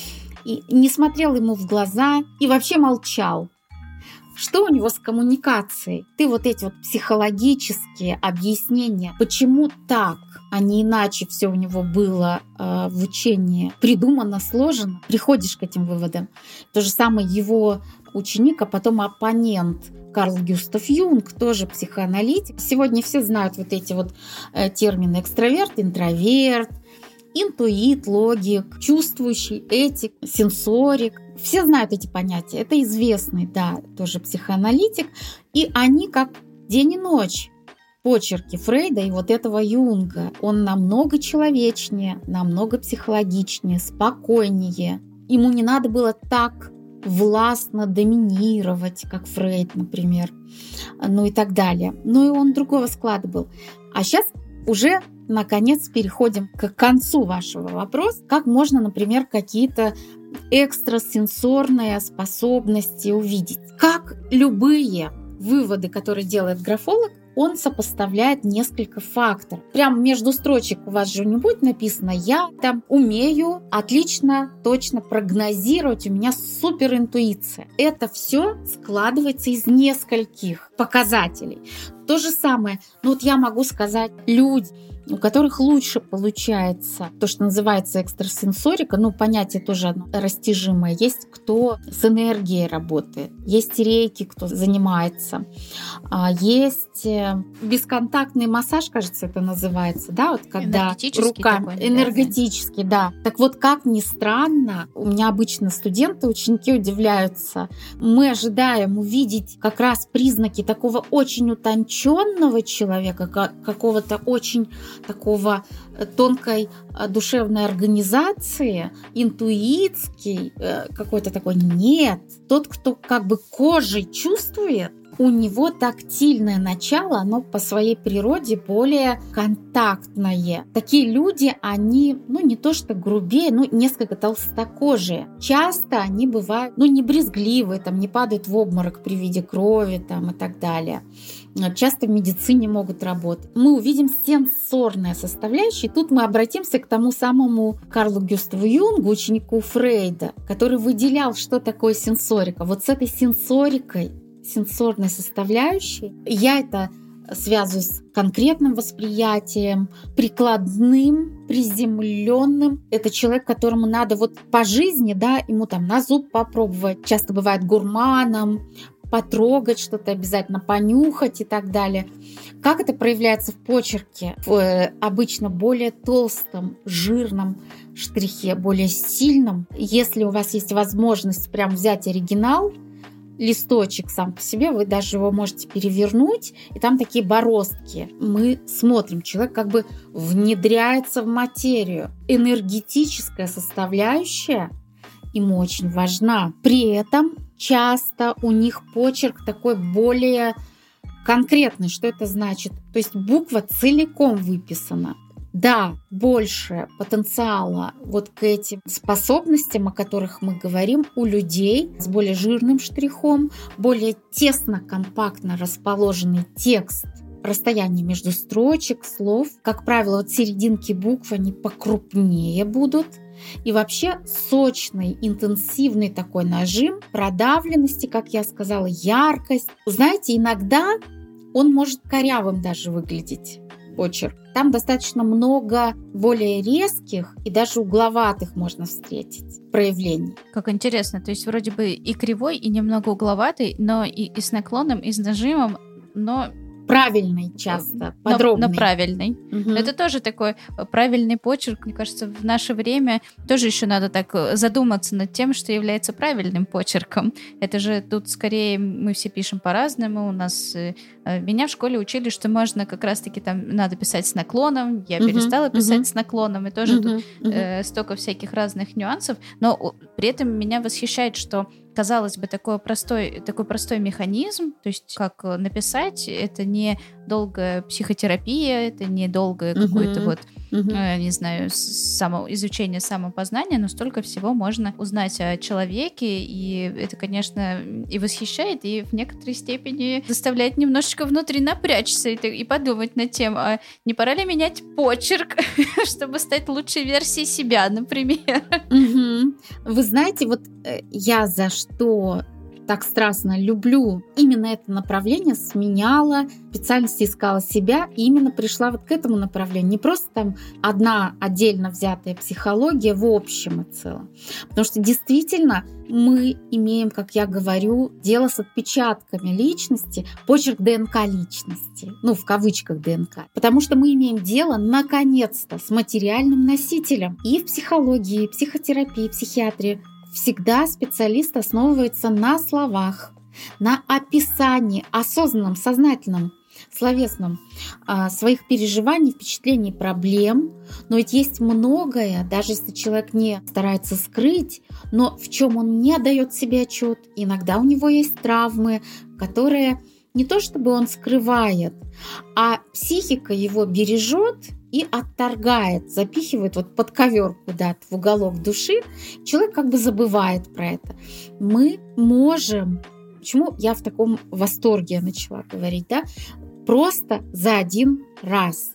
и не смотрел ему в глаза и вообще молчал. Что у него с коммуникацией? Ты вот эти вот психологические объяснения, почему так, а не иначе все у него было в учении придумано, сложено, приходишь к этим выводам. То же самое его ученик, а потом оппонент Карл Гюстав Юнг, тоже психоаналитик. Сегодня все знают вот эти вот термины: экстраверт, интроверт, интуит, логик, чувствующий, этик, сенсорик. Все знают эти понятия. Это известный, да, тоже психоаналитик. И они как день и ночь. Почерки Фрейда и вот этого Юнга. Он намного человечнее, намного психологичнее, спокойнее. Ему не надо было так властно доминировать, как Фрейд, например, ну и так далее. Ну и он другого склада был. А сейчас уже, наконец, переходим к концу вашего вопроса. Как можно, например, какие-то экстрасенсорные способности увидеть? Как любые выводы, которые делает графолог, он сопоставляет несколько факторов. Прям между строчек у вас же не будет написано: я там умею отлично, точно прогнозировать, у меня суперинтуиция. Это все складывается из нескольких показателей. То же самое, ну вот я могу сказать, люди, у которых лучше получается то, что называется экстрасенсорика, ну, понятие тоже одно растяжимое. Есть кто с энергией работает, есть рейки, кто занимается, есть бесконтактный массаж, кажется, это называется, да, вот когда руками, энергетический, да. Так вот, как ни странно, у меня обычно студенты, ученики удивляются, мы ожидаем увидеть как раз признаки такого очень утонченного человека, какого-то очень такого тонкой душевной организации, интуитский, какой-то такой. Нет. Тот, кто как бы кожей чувствует, у него тактильное начало, оно по своей природе более контактное. Такие люди, они, ну, не то что грубее, ну, несколько толстокожие. Часто они бывают, ну, не брезгливые, там, не падают в обморок при виде крови, там, и так далее. Часто в медицине могут работать. Мы увидим сенсорные составляющие. Тут мы обратимся к тому самому Карлу Гюставу Юнгу, ученику Фрейда, который выделял, что такое сенсорика. Вот с этой сенсорикой, сенсорной составляющей, я это связываю с конкретным восприятием, прикладным, приземленным. Это человек, которому надо вот по жизни, да, ему там на зуб попробовать. Часто бывает гурманом, потрогать что-то обязательно, понюхать и так далее. Как это проявляется в почерке? В обычно более толстом, жирном штрихе, более сильном. Если у вас есть возможность прям взять оригинал, листочек сам по себе, вы даже его можете перевернуть, и там такие бороздки. Мы смотрим, человек как бы внедряется в материю. Энергетическая составляющая ему очень важна. При этом часто у них почерк такой более конкретный. Что это значит? То есть буква целиком выписана. Да, больше потенциала вот к этим способностям, о которых мы говорим, у людей с более жирным штрихом, более тесно, компактно расположенный текст, расстояние между строчек, слов. Как правило, вот серединки букв, они покрупнее будут. И вообще сочный, интенсивный такой нажим, продавленности, как я сказала, яркость. Знаете, иногда он может корявым даже выглядеть, почерк. Там достаточно много более резких и даже угловатых можно встретить проявлений. Как интересно, то есть вроде бы и кривой, и немного угловатый, но и с наклоном, и с нажимом, но правильный часто, подробный. Но правильный. Угу. Это тоже такой правильный почерк. Мне кажется, в наше время тоже еще надо так задуматься над тем, что является правильным почерком. Это же тут скорее мы все пишем по-разному. У нас меня в школе учили, что можно как раз-таки там надо писать с наклоном. Я перестала писать с наклоном. И тоже тут столько всяких разных нюансов. Но при этом меня восхищает, что казалось бы, такой простой механизм, то есть как написать, это не долгая психотерапия, это не долгое какое-то не знаю, изучение самопознания, но столько всего можно узнать о человеке, и это, конечно, и восхищает, и в некоторой степени заставляет немножечко внутри напрячься и подумать над тем, а не пора ли менять почерк, чтобы стать лучшей версией себя, например. Вы знаете, вот я за что так страстно люблю именно это направление, сменяла специальность, искала себя и именно пришла вот к этому направлению. Не просто там одна отдельно взятая психология в общем и целом. Потому что действительно мы имеем, как я говорю, дело с отпечатками личности, почерк ДНК личности, в кавычках ДНК. Потому что мы имеем дело, наконец-то, с материальным носителем. И в психологии, психотерапии, психиатрии всегда специалист основывается на словах, на описании, осознанном, сознательном, словесном своих переживаний, впечатлений, проблем. Но ведь есть многое, даже если человек не старается скрыть, но в чем он не отдает себе отчет. Иногда у него есть травмы, которые не то чтобы он скрывает, а психика его бережет и отторгает, запихивает вот под ковер куда-то в уголок души. Человек как бы забывает про это. Мы можем, почему я в таком восторге начала говорить, да, просто за один раз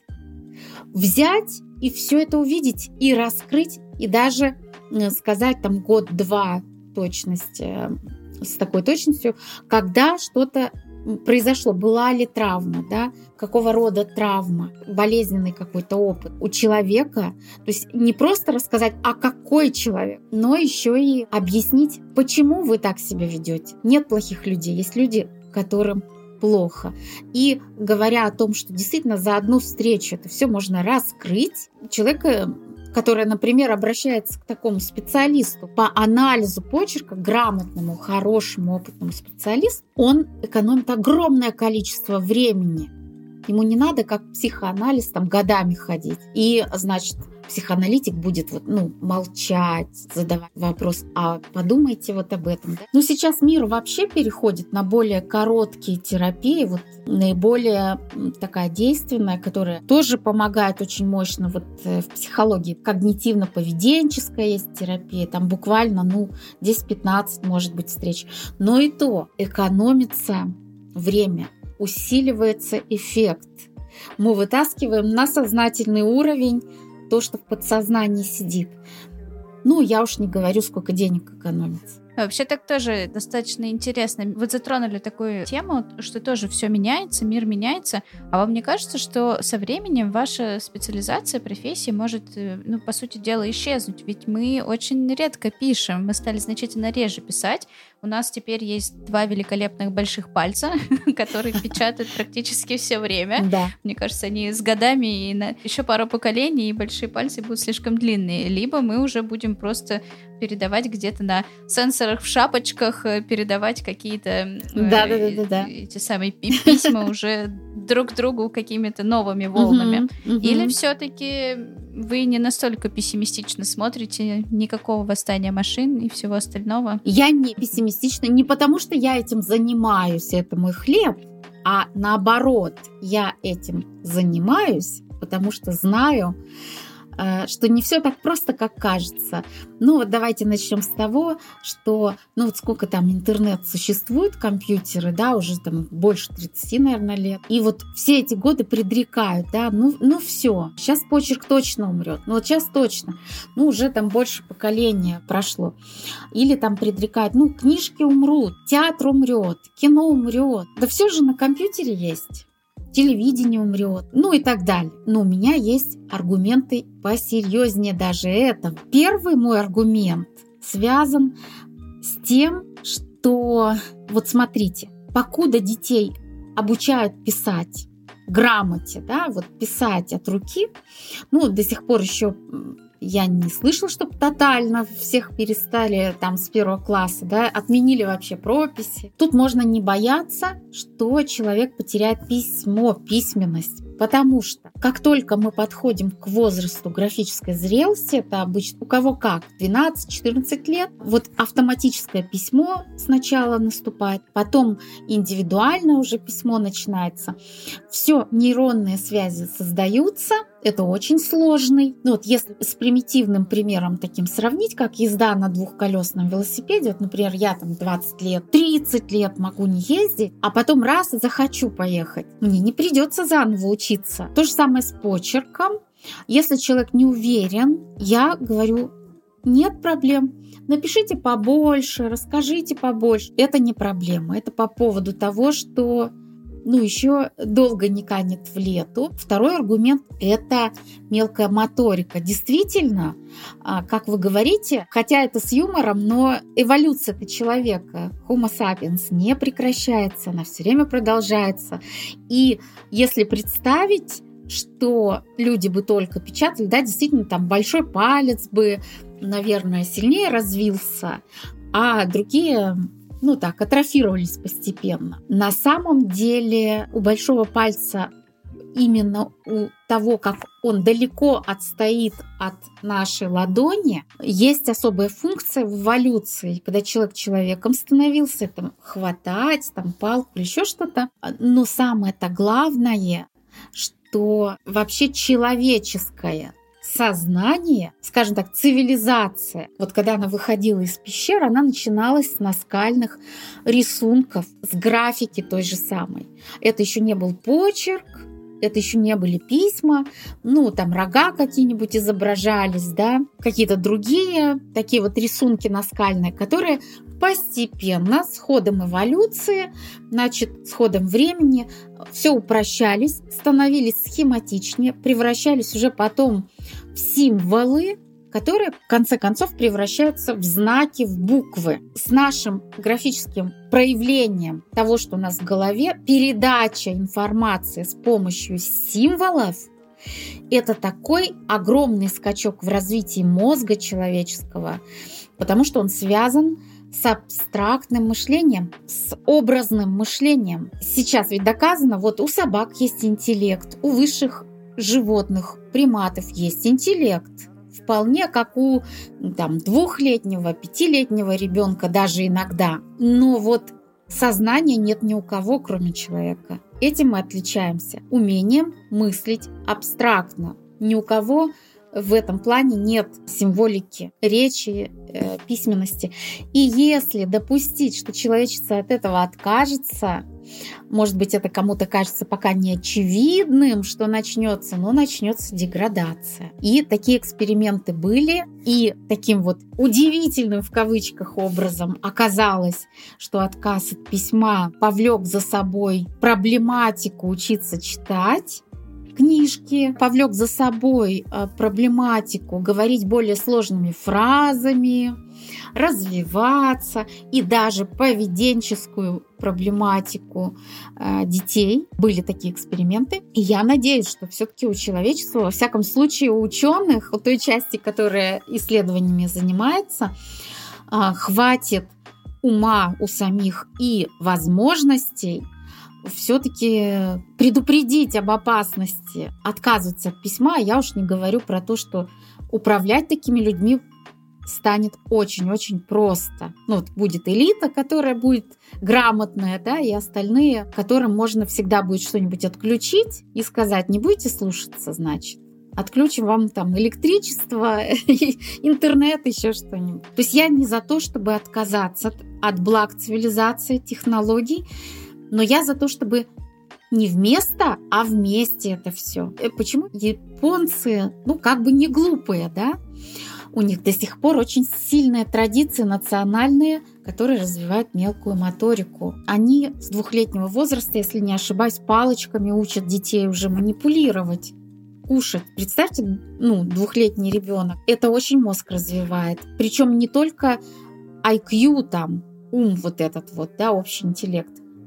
взять и все это увидеть, и раскрыть, и даже сказать там год-два точности, с такой точностью, когда что-то произошло, была ли травма, да, какого рода травма, болезненный какой-то опыт у человека. То есть не просто рассказать, а какой человек, но еще и объяснить, почему вы так себя ведете. Нет плохих людей, есть люди, которым плохо. И говоря о том, что действительно за одну встречу это все можно раскрыть, человека, который, например, обращается к такому специалисту по анализу почерка, грамотному, хорошему, опытному специалисту, он экономит огромное количество времени. Ему не надо, как психоанализ, там, годами ходить. И, значит, психоаналитик будет молчать, задавать вопрос, а подумайте вот об этом. Да? Сейчас мир вообще переходит на более короткие терапии, наиболее такая действенная, которая тоже помогает очень мощно в психологии. Когнитивно-поведенческая есть терапия, там буквально 10-15 может быть встреч. Но и то экономится время, усиливается эффект. Мы вытаскиваем на сознательный уровень то, что в подсознании сидит. Я уж не говорю, сколько денег экономится. Вообще так тоже достаточно интересно. Вы затронули такую тему, что тоже все меняется, мир меняется. А вам не кажется, что со временем ваша специализация, профессия может, по сути дела, исчезнуть? Ведь мы очень редко пишем, мы стали значительно реже писать. У нас теперь есть 2 великолепных больших пальца, которые печатают практически все время. Да. Мне кажется, они с годами и на еще пару поколений, и большие пальцы будут слишком длинные. Либо мы уже будем просто передавать где-то на сенсорах в шапочках, передавать какие-то эти самые письма уже друг другу какими-то новыми волнами. Или все-таки вы не настолько пессимистично смотрите, никакого восстания машин и всего остального? Я не пессимистична не потому, что я этим занимаюсь, это мой хлеб, а наоборот, я этим занимаюсь, потому что знаю, что не все так просто, как кажется. Давайте начнем с того, что, сколько там интернет существует, компьютеры, да, уже там больше 30, наверное, лет. И все эти годы предрекают, да, все, сейчас почерк точно умрет. Сейчас точно. Уже там больше поколения прошло. Или там предрекают, книжки умрут, театр умрет, кино умрет. Да все же на компьютере есть. Телевидение умрет, и так далее. Но у меня есть аргументы посерьезнее даже этого. Первый мой аргумент связан с тем, что, смотрите, покуда детей обучают писать грамоте, да, вот писать от руки. Ну, до сих пор еще я не слышала, чтобы тотально всех перестали там с 1 класса, да, отменили вообще прописи. Тут можно не бояться, что человек потеряет письмо, письменность. Потому что как только мы подходим к возрасту графической зрелости, это обычно у кого как, 12-14 лет, вот автоматическое письмо сначала наступает, потом индивидуальное уже письмо начинается. Все нейронные связи создаются, это очень сложный. Ну вот если с примитивным примером таким сравнить, как езда на двухколесном велосипеде, вот, например, я там 20 лет, 30 лет могу не ездить, а потом раз захочу поехать, мне не придется заново учиться. То же самое с почерком. Если человек не уверен, я говорю, нет проблем. Напишите побольше, расскажите побольше. Это не проблема. Это по поводу того, что еще долго не канет в лету. Второй аргумент – это мелкая моторика. Действительно, как вы говорите, хотя это с юмором, но эволюция-то человека, Homo sapiens, не прекращается, она все время продолжается. И если представить, что люди бы только печатали, да, действительно, там большой палец бы, наверное, сильнее развился, а другие атрофировались постепенно. На самом деле у большого пальца именно у того, как он далеко отстоит от нашей ладони, есть особая функция в эволюции. Когда человек человеком становился, там, хватать палку или еще что-то. Но самое-то главное, что вообще человеческое сознание, скажем так, цивилизация, вот когда она выходила из пещер, она начиналась с наскальных рисунков, с графики той же самой. Это еще не был почерк, это еще не были письма, рога какие-нибудь изображались, да, какие-то другие такие вот рисунки наскальные, которые постепенно, с ходом эволюции, с ходом времени, все упрощались, становились схематичнее, превращались уже потом в символы, которые в конце концов превращаются в знаки, в буквы. С нашим графическим проявлением того, что у нас в голове, передача информации с помощью символов, это такой огромный скачок в развитии мозга человеческого, потому что он связан с абстрактным мышлением, с образным мышлением. Сейчас ведь доказано, вот у собак есть интеллект, у высших животных, приматов есть интеллект. Вполне как у 2-летнего, 5-летнего ребенка даже иногда. Но вот сознания нет ни у кого, кроме человека. Этим мы отличаемся. Умением мыслить абстрактно. Ни у кого в этом плане нет символики, речи, письменности. И если допустить, что человечество от этого откажется, может быть, это кому-то кажется пока не очевидным, что начнется, но начнется деградация. И такие эксперименты были, и таким вот удивительным в кавычках образом оказалось, что отказ от письма повлек за собой проблематику учиться читать книжки, повлек за собой проблематику говорить более сложными фразами, развиваться и даже поведенческую проблематику детей. Были такие эксперименты. И я надеюсь, что все-таки у человечества, во всяком случае у ученых, у той части, которая исследованиями занимается, хватит ума у самих и возможностей все-таки предупредить об опасности отказываться от письма. Я уж не говорю про то, что управлять такими людьми станет очень-очень просто. Будет элита, которая будет грамотная, да, и остальные, которым можно всегда будет что-нибудь отключить и сказать, не будете слушаться, значит, отключим вам электричество, интернет, еще что-нибудь. То есть я не за то, чтобы отказаться от благ цивилизации, технологий, но я за то, чтобы не вместо, а вместе это все. Почему японцы, не глупые, да? У них до сих пор очень сильные традиции национальные, которые развивают мелкую моторику. Они с 2-летнего возраста, если не ошибаюсь, палочками учат детей уже манипулировать, кушать. Представьте, 2-летний ребенок. Это очень мозг развивает. Причем не только IQ, ум вот этот вот, да, общий интеллект,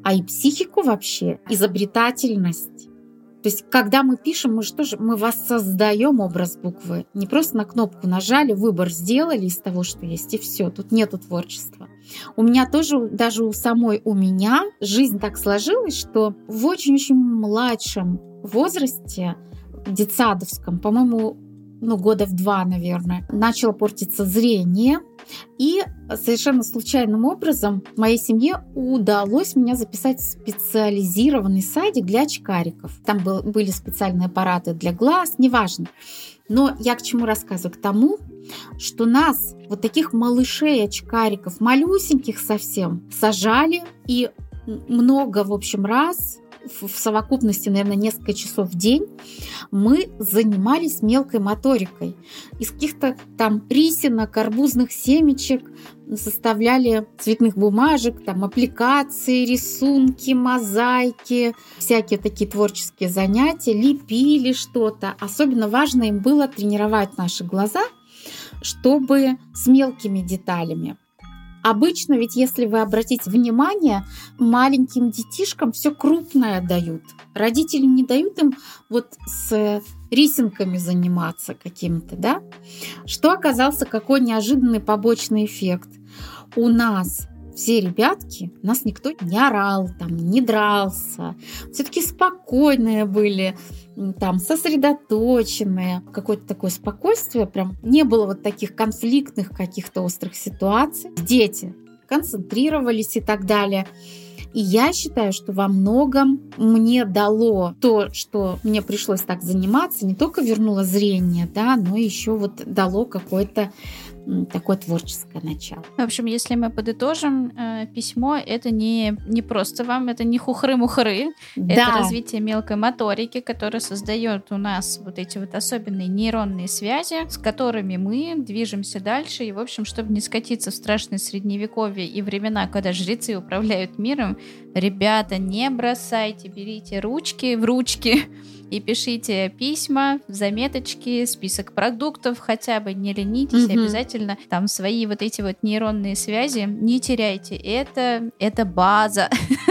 а и психику вообще, изобретательность. То есть, когда мы пишем, мы воссоздаем образ буквы. Не просто на кнопку нажали, выбор сделали из того, что есть, и все. Тут нету творчества. У меня тоже, даже у меня, жизнь так сложилась, что в очень-очень младшем возрасте, детсадовском, по-моему, года в 2, наверное, начало портиться зрение. И совершенно случайным образом в моей семье удалось меня записать в специализированный садик для очкариков. Там были специальные аппараты для глаз, неважно. Но я к чему рассказываю? К тому, что нас, вот таких малышей-очкариков, малюсеньких совсем, сажали и много, в общем, раз, в совокупности, наверное, несколько часов в день, мы занимались мелкой моторикой. Из каких-то там рисинок, арбузных семечек составляли цветных бумажек, там аппликации, рисунки, мозаики, всякие такие творческие занятия, лепили что-то. Особенно важно им было тренировать наши глаза, чтобы с мелкими деталями. Обычно ведь, если вы обратите внимание, маленьким детишкам все крупное дают. Родители не дают им вот с рисунками заниматься какими-то, да? Что оказался, какой неожиданный побочный эффект? У нас все ребятки, нас никто не орал, там, не дрался, все-таки спокойные были, там, сосредоточенные, какое-то такое спокойствие, прям не было вот таких конфликтных каких-то острых ситуаций. Дети концентрировались и так далее. И я считаю, что во многом мне дало то, что мне пришлось так заниматься, не только вернуло зрение, да, но еще вот дало какое-то такое творческое начало. В общем, если мы подытожим, письмо — это не просто вам, это не хухры-мухры, да. Это развитие мелкой моторики, которая создает у нас вот эти вот особенные нейронные связи, с которыми мы движемся дальше. И, в общем, чтобы не скатиться в страшное средневековье и времена, когда жрецы управляют миром, ребята, не бросайте, берите ручки в ручки и пишите письма, заметочки, список продуктов, хотя бы не ленитесь, обязательно там свои вот эти вот нейронные связи не теряйте. Это база.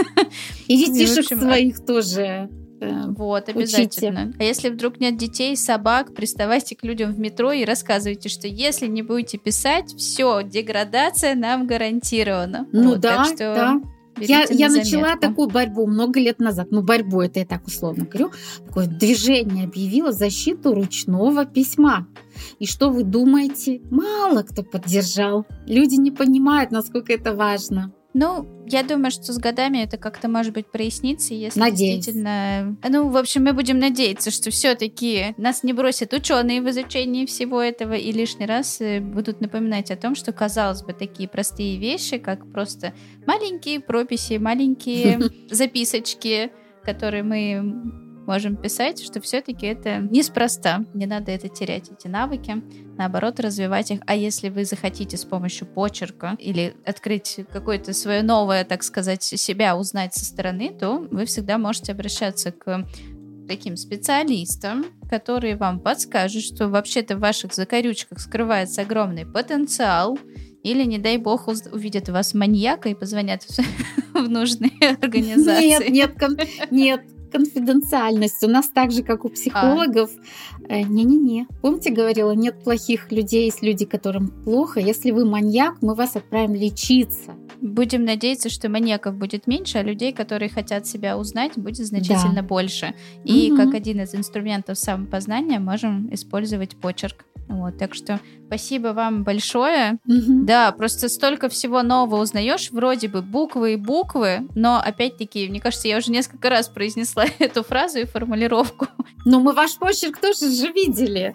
И детишек своих тоже. Вот, обязательно. Учите. А если вдруг нет детей, собак, приставайте к людям в метро и рассказывайте, что если не будете писать, все, деградация нам гарантирована. Ну вот, да, так что да. Я начала такую борьбу много лет назад. Борьбу, это я так условно говорю. Такое движение объявила в защиту ручного письма. И что вы думаете? Мало кто поддержал. Люди не понимают, насколько это важно. Ну, я думаю, что с годами это как-то, может быть, прояснится, если Надеюсь. Действительно... Ну, в общем, мы будем надеяться, что все-таки нас не бросят ученые в изучении всего этого и лишний раз будут напоминать о том, что, казалось бы, такие простые вещи, как просто маленькие прописи, маленькие записочки, которые мы можем писать, что все-таки это неспроста. Не надо это терять, эти навыки. Наоборот, развивать их. А если вы захотите с помощью почерка или открыть какое-то свое новое, так сказать, себя узнать со стороны, то вы всегда можете обращаться к таким специалистам, которые вам подскажут, что вообще-то в ваших закорючках скрывается огромный потенциал, или, не дай бог, увидят вас маньяка и позвонят в нужные организации. Нет. Конфиденциальность. У нас так же, как у психологов. Не-не-не. Помните, говорила, нет плохих людей, есть люди, которым плохо. Если вы маньяк, мы вас отправим лечиться. Будем надеяться, что маньяков будет меньше, а людей, которые хотят себя узнать, будет значительно больше. И как один из инструментов самопознания можем использовать почерк. Вот, так что спасибо вам большое. Да, просто столько всего нового узнаешь, вроде бы буквы и буквы, но опять-таки, мне кажется, я уже несколько раз произнесла эту фразу и формулировку. Но мы ваш почерк тоже же видели.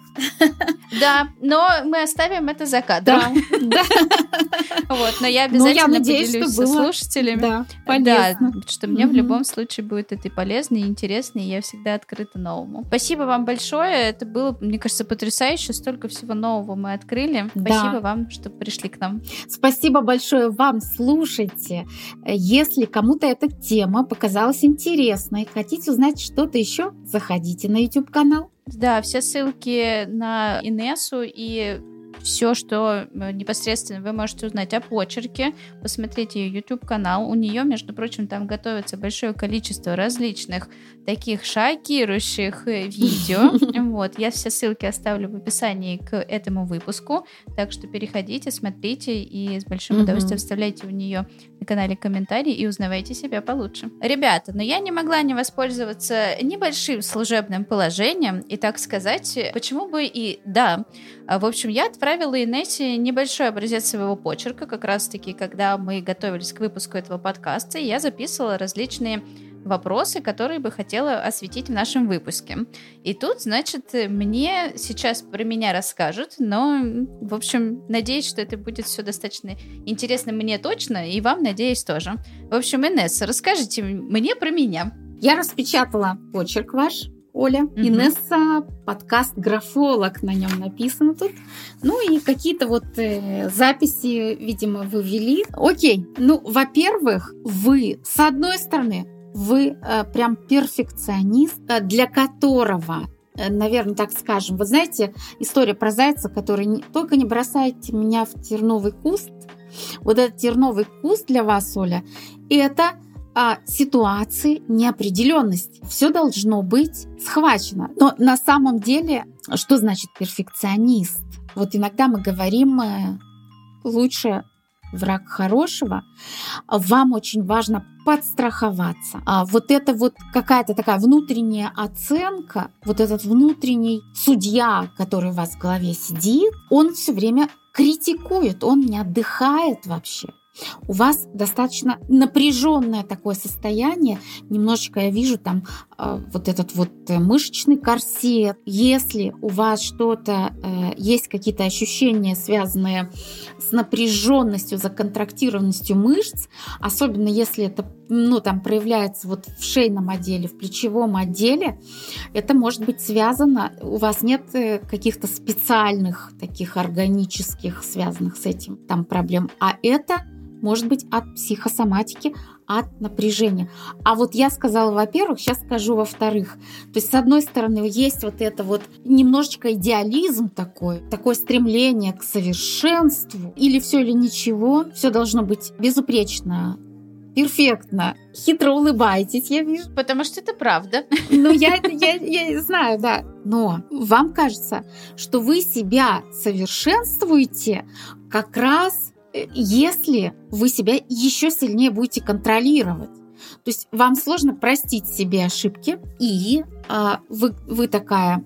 Да, но мы оставим это за кадром. Да. Вот, но я обязательно поделюсь со слушателями. Да, полезно. Да, что мне в любом случае будет это и полезно, и интересно, и я всегда открыта новому. Спасибо вам большое, это было, мне кажется, потрясающе, столько всего нового мы открыли. Спасибо вам, что пришли к нам. Спасибо большое вам, слушайте. Если кому-то эта тема показалась интересной, хотите узнать что-то еще, заходите на YouTube-канал. Да, все ссылки на Инессу и все, что непосредственно вы можете узнать о почерке. Посмотрите ее YouTube-канал. У нее, между прочим, там готовится большое количество различных таких шокирующих видео. Вот. Я все ссылки оставлю в описании к этому выпуску. Так что переходите, смотрите и с большим удовольствием вставляйте у нее на канале комментарии и узнавайте себя получше. Ребята, но я не могла не воспользоваться небольшим служебным положением и, так сказать, почему бы и да. В общем, я отправила Инессе небольшой образец своего почерка, как раз-таки, когда мы готовились к выпуску этого подкаста, и я записывала различные вопросы, которые бы хотела осветить в нашем выпуске. И тут, значит, мне сейчас про меня расскажут, но, в общем, надеюсь, что это будет все достаточно интересно мне точно, и вам, надеюсь, тоже. В общем, Инесса, расскажите мне про меня. Я распечатала почерк ваш, Оля. Инесса, подкаст «Графолог», на нем написано тут. Ну и какие-то вот записи, видимо, вы ввели. Окей. Ну, во-первых, вы, с одной стороны, вы прям перфекционист, для которого, наверное, так скажем, вы знаете, история про зайца, который только не бросайте меня в терновый куст. Вот этот терновый куст для вас, Оля, это ситуации неопределенности. Все должно быть схвачено. Но на самом деле, что значит перфекционист? Вот иногда мы говорим лучше враг хорошего. Вам очень важно подстраховаться. Вот это вот какая-то такая внутренняя оценка, вот этот внутренний судья, который у вас в голове сидит, он все время критикует, он не отдыхает вообще. У вас достаточно напряженное такое состояние. Немножечко я вижу там вот этот вот мышечный корсет. Если у вас что-то, есть какие-то ощущения, связанные с напряженностью, законтрактированностью мышц, особенно если это там проявляется вот в шейном отделе, в плечевом отделе, это может быть связано, у вас нет каких-то специальных таких органических, связанных с этим там проблем, а это может быть от психосоматики, от напряжения. А вот я сказала, во-первых, сейчас скажу, во-вторых. То есть, с одной стороны, есть вот это вот немножечко идеализм такое стремление к совершенству, или все или ничего, все должно быть безупречно, перфектно, хитро улыбаетесь, я вижу. Потому что это правда. Ну, я знаю, да. Но вам кажется, что вы себя совершенствуете как раз если вы себя еще сильнее будете контролировать. То есть вам сложно простить себе ошибки, и вы такая,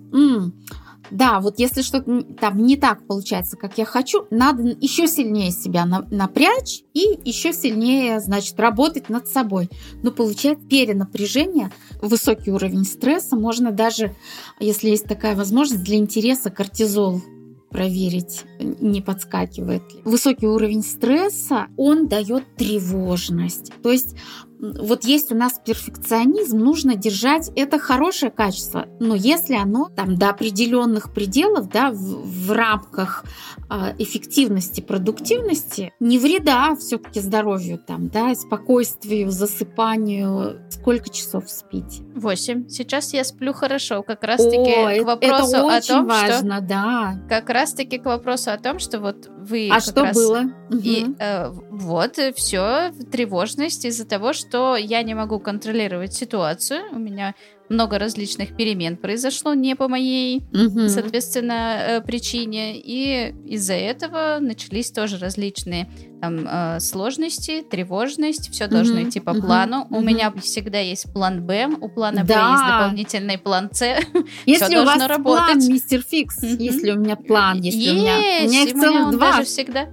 да, вот если что-то там не так получается, как я хочу, надо еще сильнее себя напрячь и еще сильнее, значит, работать над собой. Но получается перенапряжение, высокий уровень стресса, можно даже, если есть такая возможность, для интереса кортизол проверить, не подскакивает ли. Высокий уровень стресса, он дает тревожность. То есть вот есть у нас перфекционизм, нужно держать, это хорошее качество, но если оно там до определенных пределов, да, в рамках эффективности, продуктивности, не вреда все-таки здоровью, там, да, спокойствию, засыпанию. Сколько часов спите? 8. Сейчас я сплю хорошо, как раз-таки к вопросу это о очень том, важно, что... Да. Как раз-таки к вопросу о том, что вот вы... А что раз... было? И вот, все, тревожность из-за того, что я не могу контролировать ситуацию. У меня много различных перемен произошло не по моей, соответственно, причине. И из-за этого начались тоже различные там сложности, тревожность. Все должно идти по плану. У меня всегда есть план Б, у плана Б есть дополнительный план С. Если у вас план, мистер Фикс, если у меня план, если у меня их целых два. Даже всегда...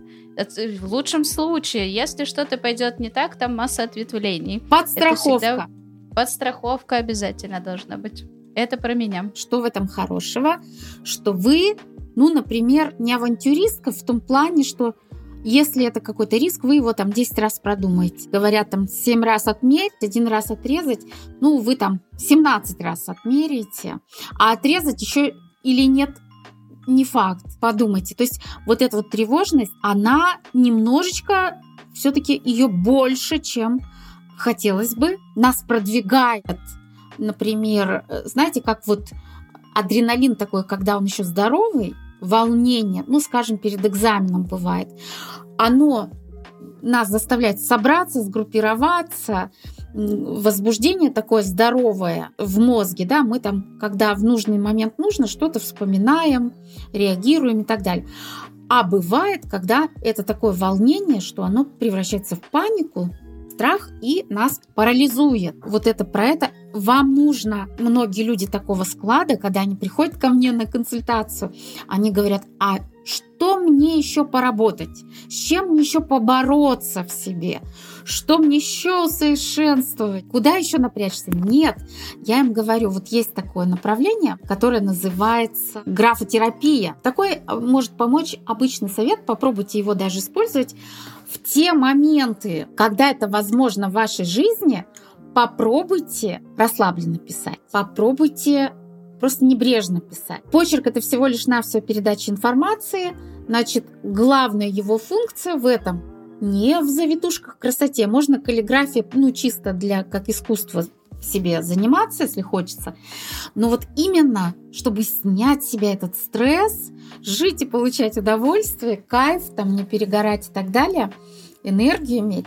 В лучшем случае, если что-то пойдет не так, там масса ответвлений. Подстраховка. Подстраховка обязательно должна быть. Это про меня. Что в этом хорошего? Что вы, например, не авантюристка в том плане, что если это какой-то риск, вы его там 10 раз продумаете. Говорят, там 7 раз отмерить, 1 раз отрезать. Вы там 17 раз отмеряете, а отрезать еще или нет, не факт. Подумайте. То есть вот эта вот тревожность, она немножечко, все-таки ее больше, чем хотелось бы. Нас продвигает, например, знаете, как вот адреналин такой, когда он еще здоровый, волнение, скажем, перед экзаменом бывает, оно нас заставляет собраться, сгруппироваться, возбуждение такое здоровое в мозге, да, мы там, когда в нужный момент нужно, что-то вспоминаем, реагируем и так далее. А бывает, когда это такое волнение, что оно превращается в панику, страх и нас парализует. Вот это про это. Вам нужно, многие люди такого склада, когда они приходят ко мне на консультацию, они говорят, а что мне еще поработать? С чем мне еще побороться в себе? Что мне еще усовершенствовать? Куда еще напрячься? Нет. Я им говорю, вот есть такое направление, которое называется графотерапия. Такой может помочь обычный совет, попробуйте его даже использовать в те моменты, когда это возможно в вашей жизни. Попробуйте расслабленно писать. Попробуйте просто небрежно писать. Почерк — это всего лишь навсего передача информации. Значит, главная его функция в этом не в завитушках красоте. Можно каллиграфия, чисто как искусство себе заниматься, если хочется. Но вот именно, чтобы снять с себя этот стресс, жить и получать удовольствие, кайф, не перегорать и так далее, энергию иметь,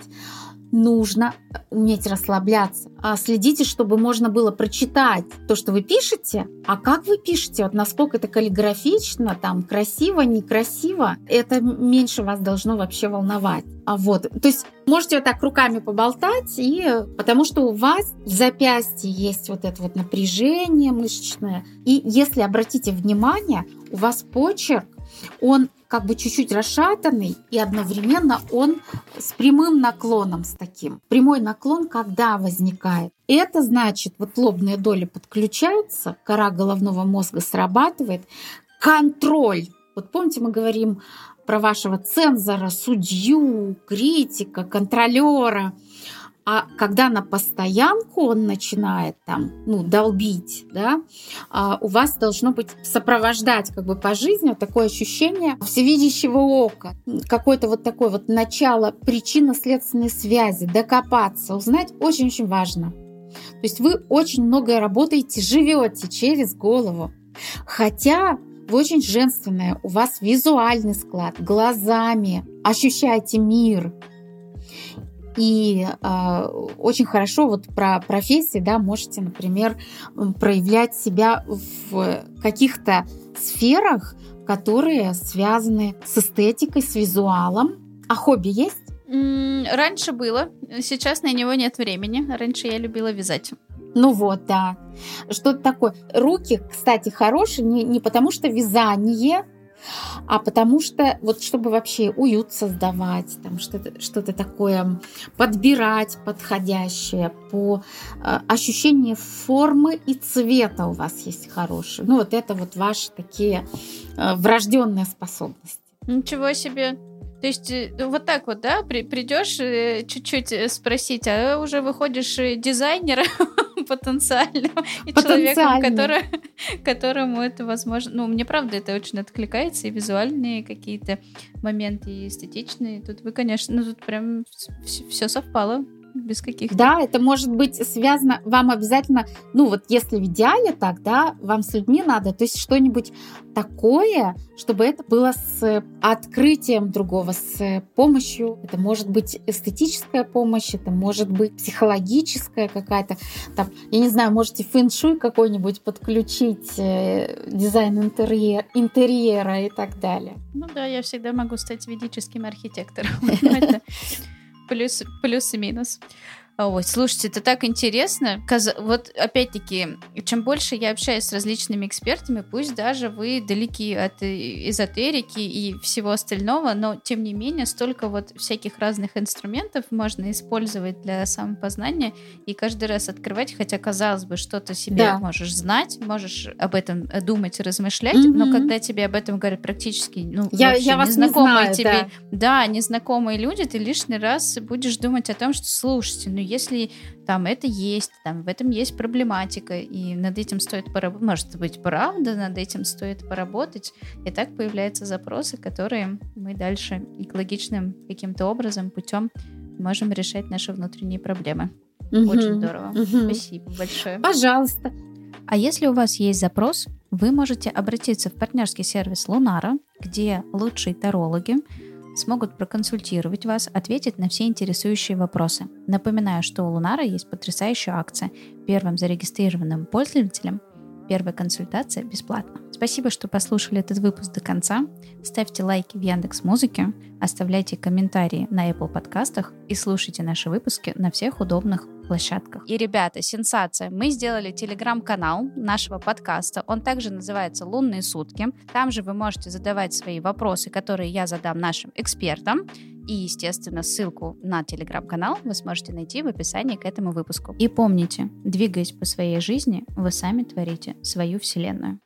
нужно уметь расслабляться. Следите, чтобы можно было прочитать то, что вы пишете, а как вы пишете, вот насколько это каллиграфично, красиво, некрасиво, это меньше вас должно вообще волновать. То есть можете вот так руками поболтать, потому что у вас в запястье есть вот это вот напряжение мышечное. И если обратите внимание, у вас почерк, он как бы чуть-чуть расшатанный, и одновременно он с прямым наклоном, с таким. Прямой наклон когда возникает? Это значит, вот лобные доли подключаются, кора головного мозга срабатывает, контроль. Вот помните, мы говорим про вашего цензора, судью, критика, контролера. А когда на постоянку он начинает долбить, да, у вас должно быть сопровождать по жизни такое ощущение всевидящего ока, какое-то вот такое вот начало причинно-следственной связи, докопаться, узнать очень-очень важно. То есть вы очень многое работаете, живете через голову, хотя вы очень женственная, у вас визуальный склад, глазами ощущаете мир. И очень хорошо вот про профессии, да, можете, например, проявлять себя в каких-то сферах, которые связаны с эстетикой, с визуалом. А хобби есть? Раньше было, сейчас на него нет времени. Раньше я любила вязать. Да. Что-то такое. Руки, кстати, хорошие не потому что вязание, а потому что вот чтобы вообще уют создавать, что-то такое подбирать подходящее по ощущению формы и цвета у вас есть хорошие. Вот это вот ваши такие врожденные способности. Ничего себе! То есть вот так вот, да, придешь чуть-чуть спросить, а уже выходишь дизайнером потенциальным и человеком, которому это возможно. Мне правда это очень откликается, и визуальные какие-то моменты, и эстетичные. Тут вы, конечно, тут прям все совпало. Без каких-то... Да, это может быть связано, вам обязательно, если в идеале так, да, вам с людьми надо, то есть что-нибудь такое, чтобы это было с открытием другого, с помощью, это может быть эстетическая помощь, это может быть психологическая какая-то, я не знаю, можете фэн-шуй какой-нибудь подключить, дизайн интерьера и так далее. Да, я всегда могу стать ведическим архитектором. Это плюс и минус. Ой, слушайте, это так интересно. Вот опять-таки, чем больше я общаюсь с различными экспертами, пусть даже вы далеки от эзотерики и всего остального, но тем не менее столько вот всяких разных инструментов можно использовать для самопознания и каждый раз открывать, хотя, казалось бы, что-то себе можешь знать, можешь об этом думать и размышлять, но когда тебе об этом говорят практически я вас незнакомые не знаю, тебе, незнакомые люди, ты лишний раз будешь думать о том, что, слушайте, если это есть, в этом есть проблематика, и над этим стоит поработать, может быть, правда, над этим стоит поработать, и так появляются запросы, которые мы дальше экологичным каким-то образом, путем можем решать наши внутренние проблемы. Очень здорово. Спасибо большое. Пожалуйста. А если у вас есть запрос, вы можете обратиться в партнерский сервис Лунара, где лучшие тарологи смогут проконсультировать вас, ответить на все интересующие вопросы. Напоминаю, что у Лунара есть потрясающая акция. Первым зарегистрированным пользователям первая консультация бесплатна. Спасибо, что послушали этот выпуск до конца. Ставьте лайки в Яндекс.Музыке, оставляйте комментарии на Apple подкастах и слушайте наши выпуски на всех удобных площадках. И, ребята, сенсация! Мы сделали телеграм-канал нашего подкаста. Он также называется «Лунные сутки». Там же вы можете задавать свои вопросы, которые я задам нашим экспертам. И, естественно, ссылку на телеграм-канал вы сможете найти в описании к этому выпуску. И помните, двигаясь по своей жизни, вы сами творите свою вселенную.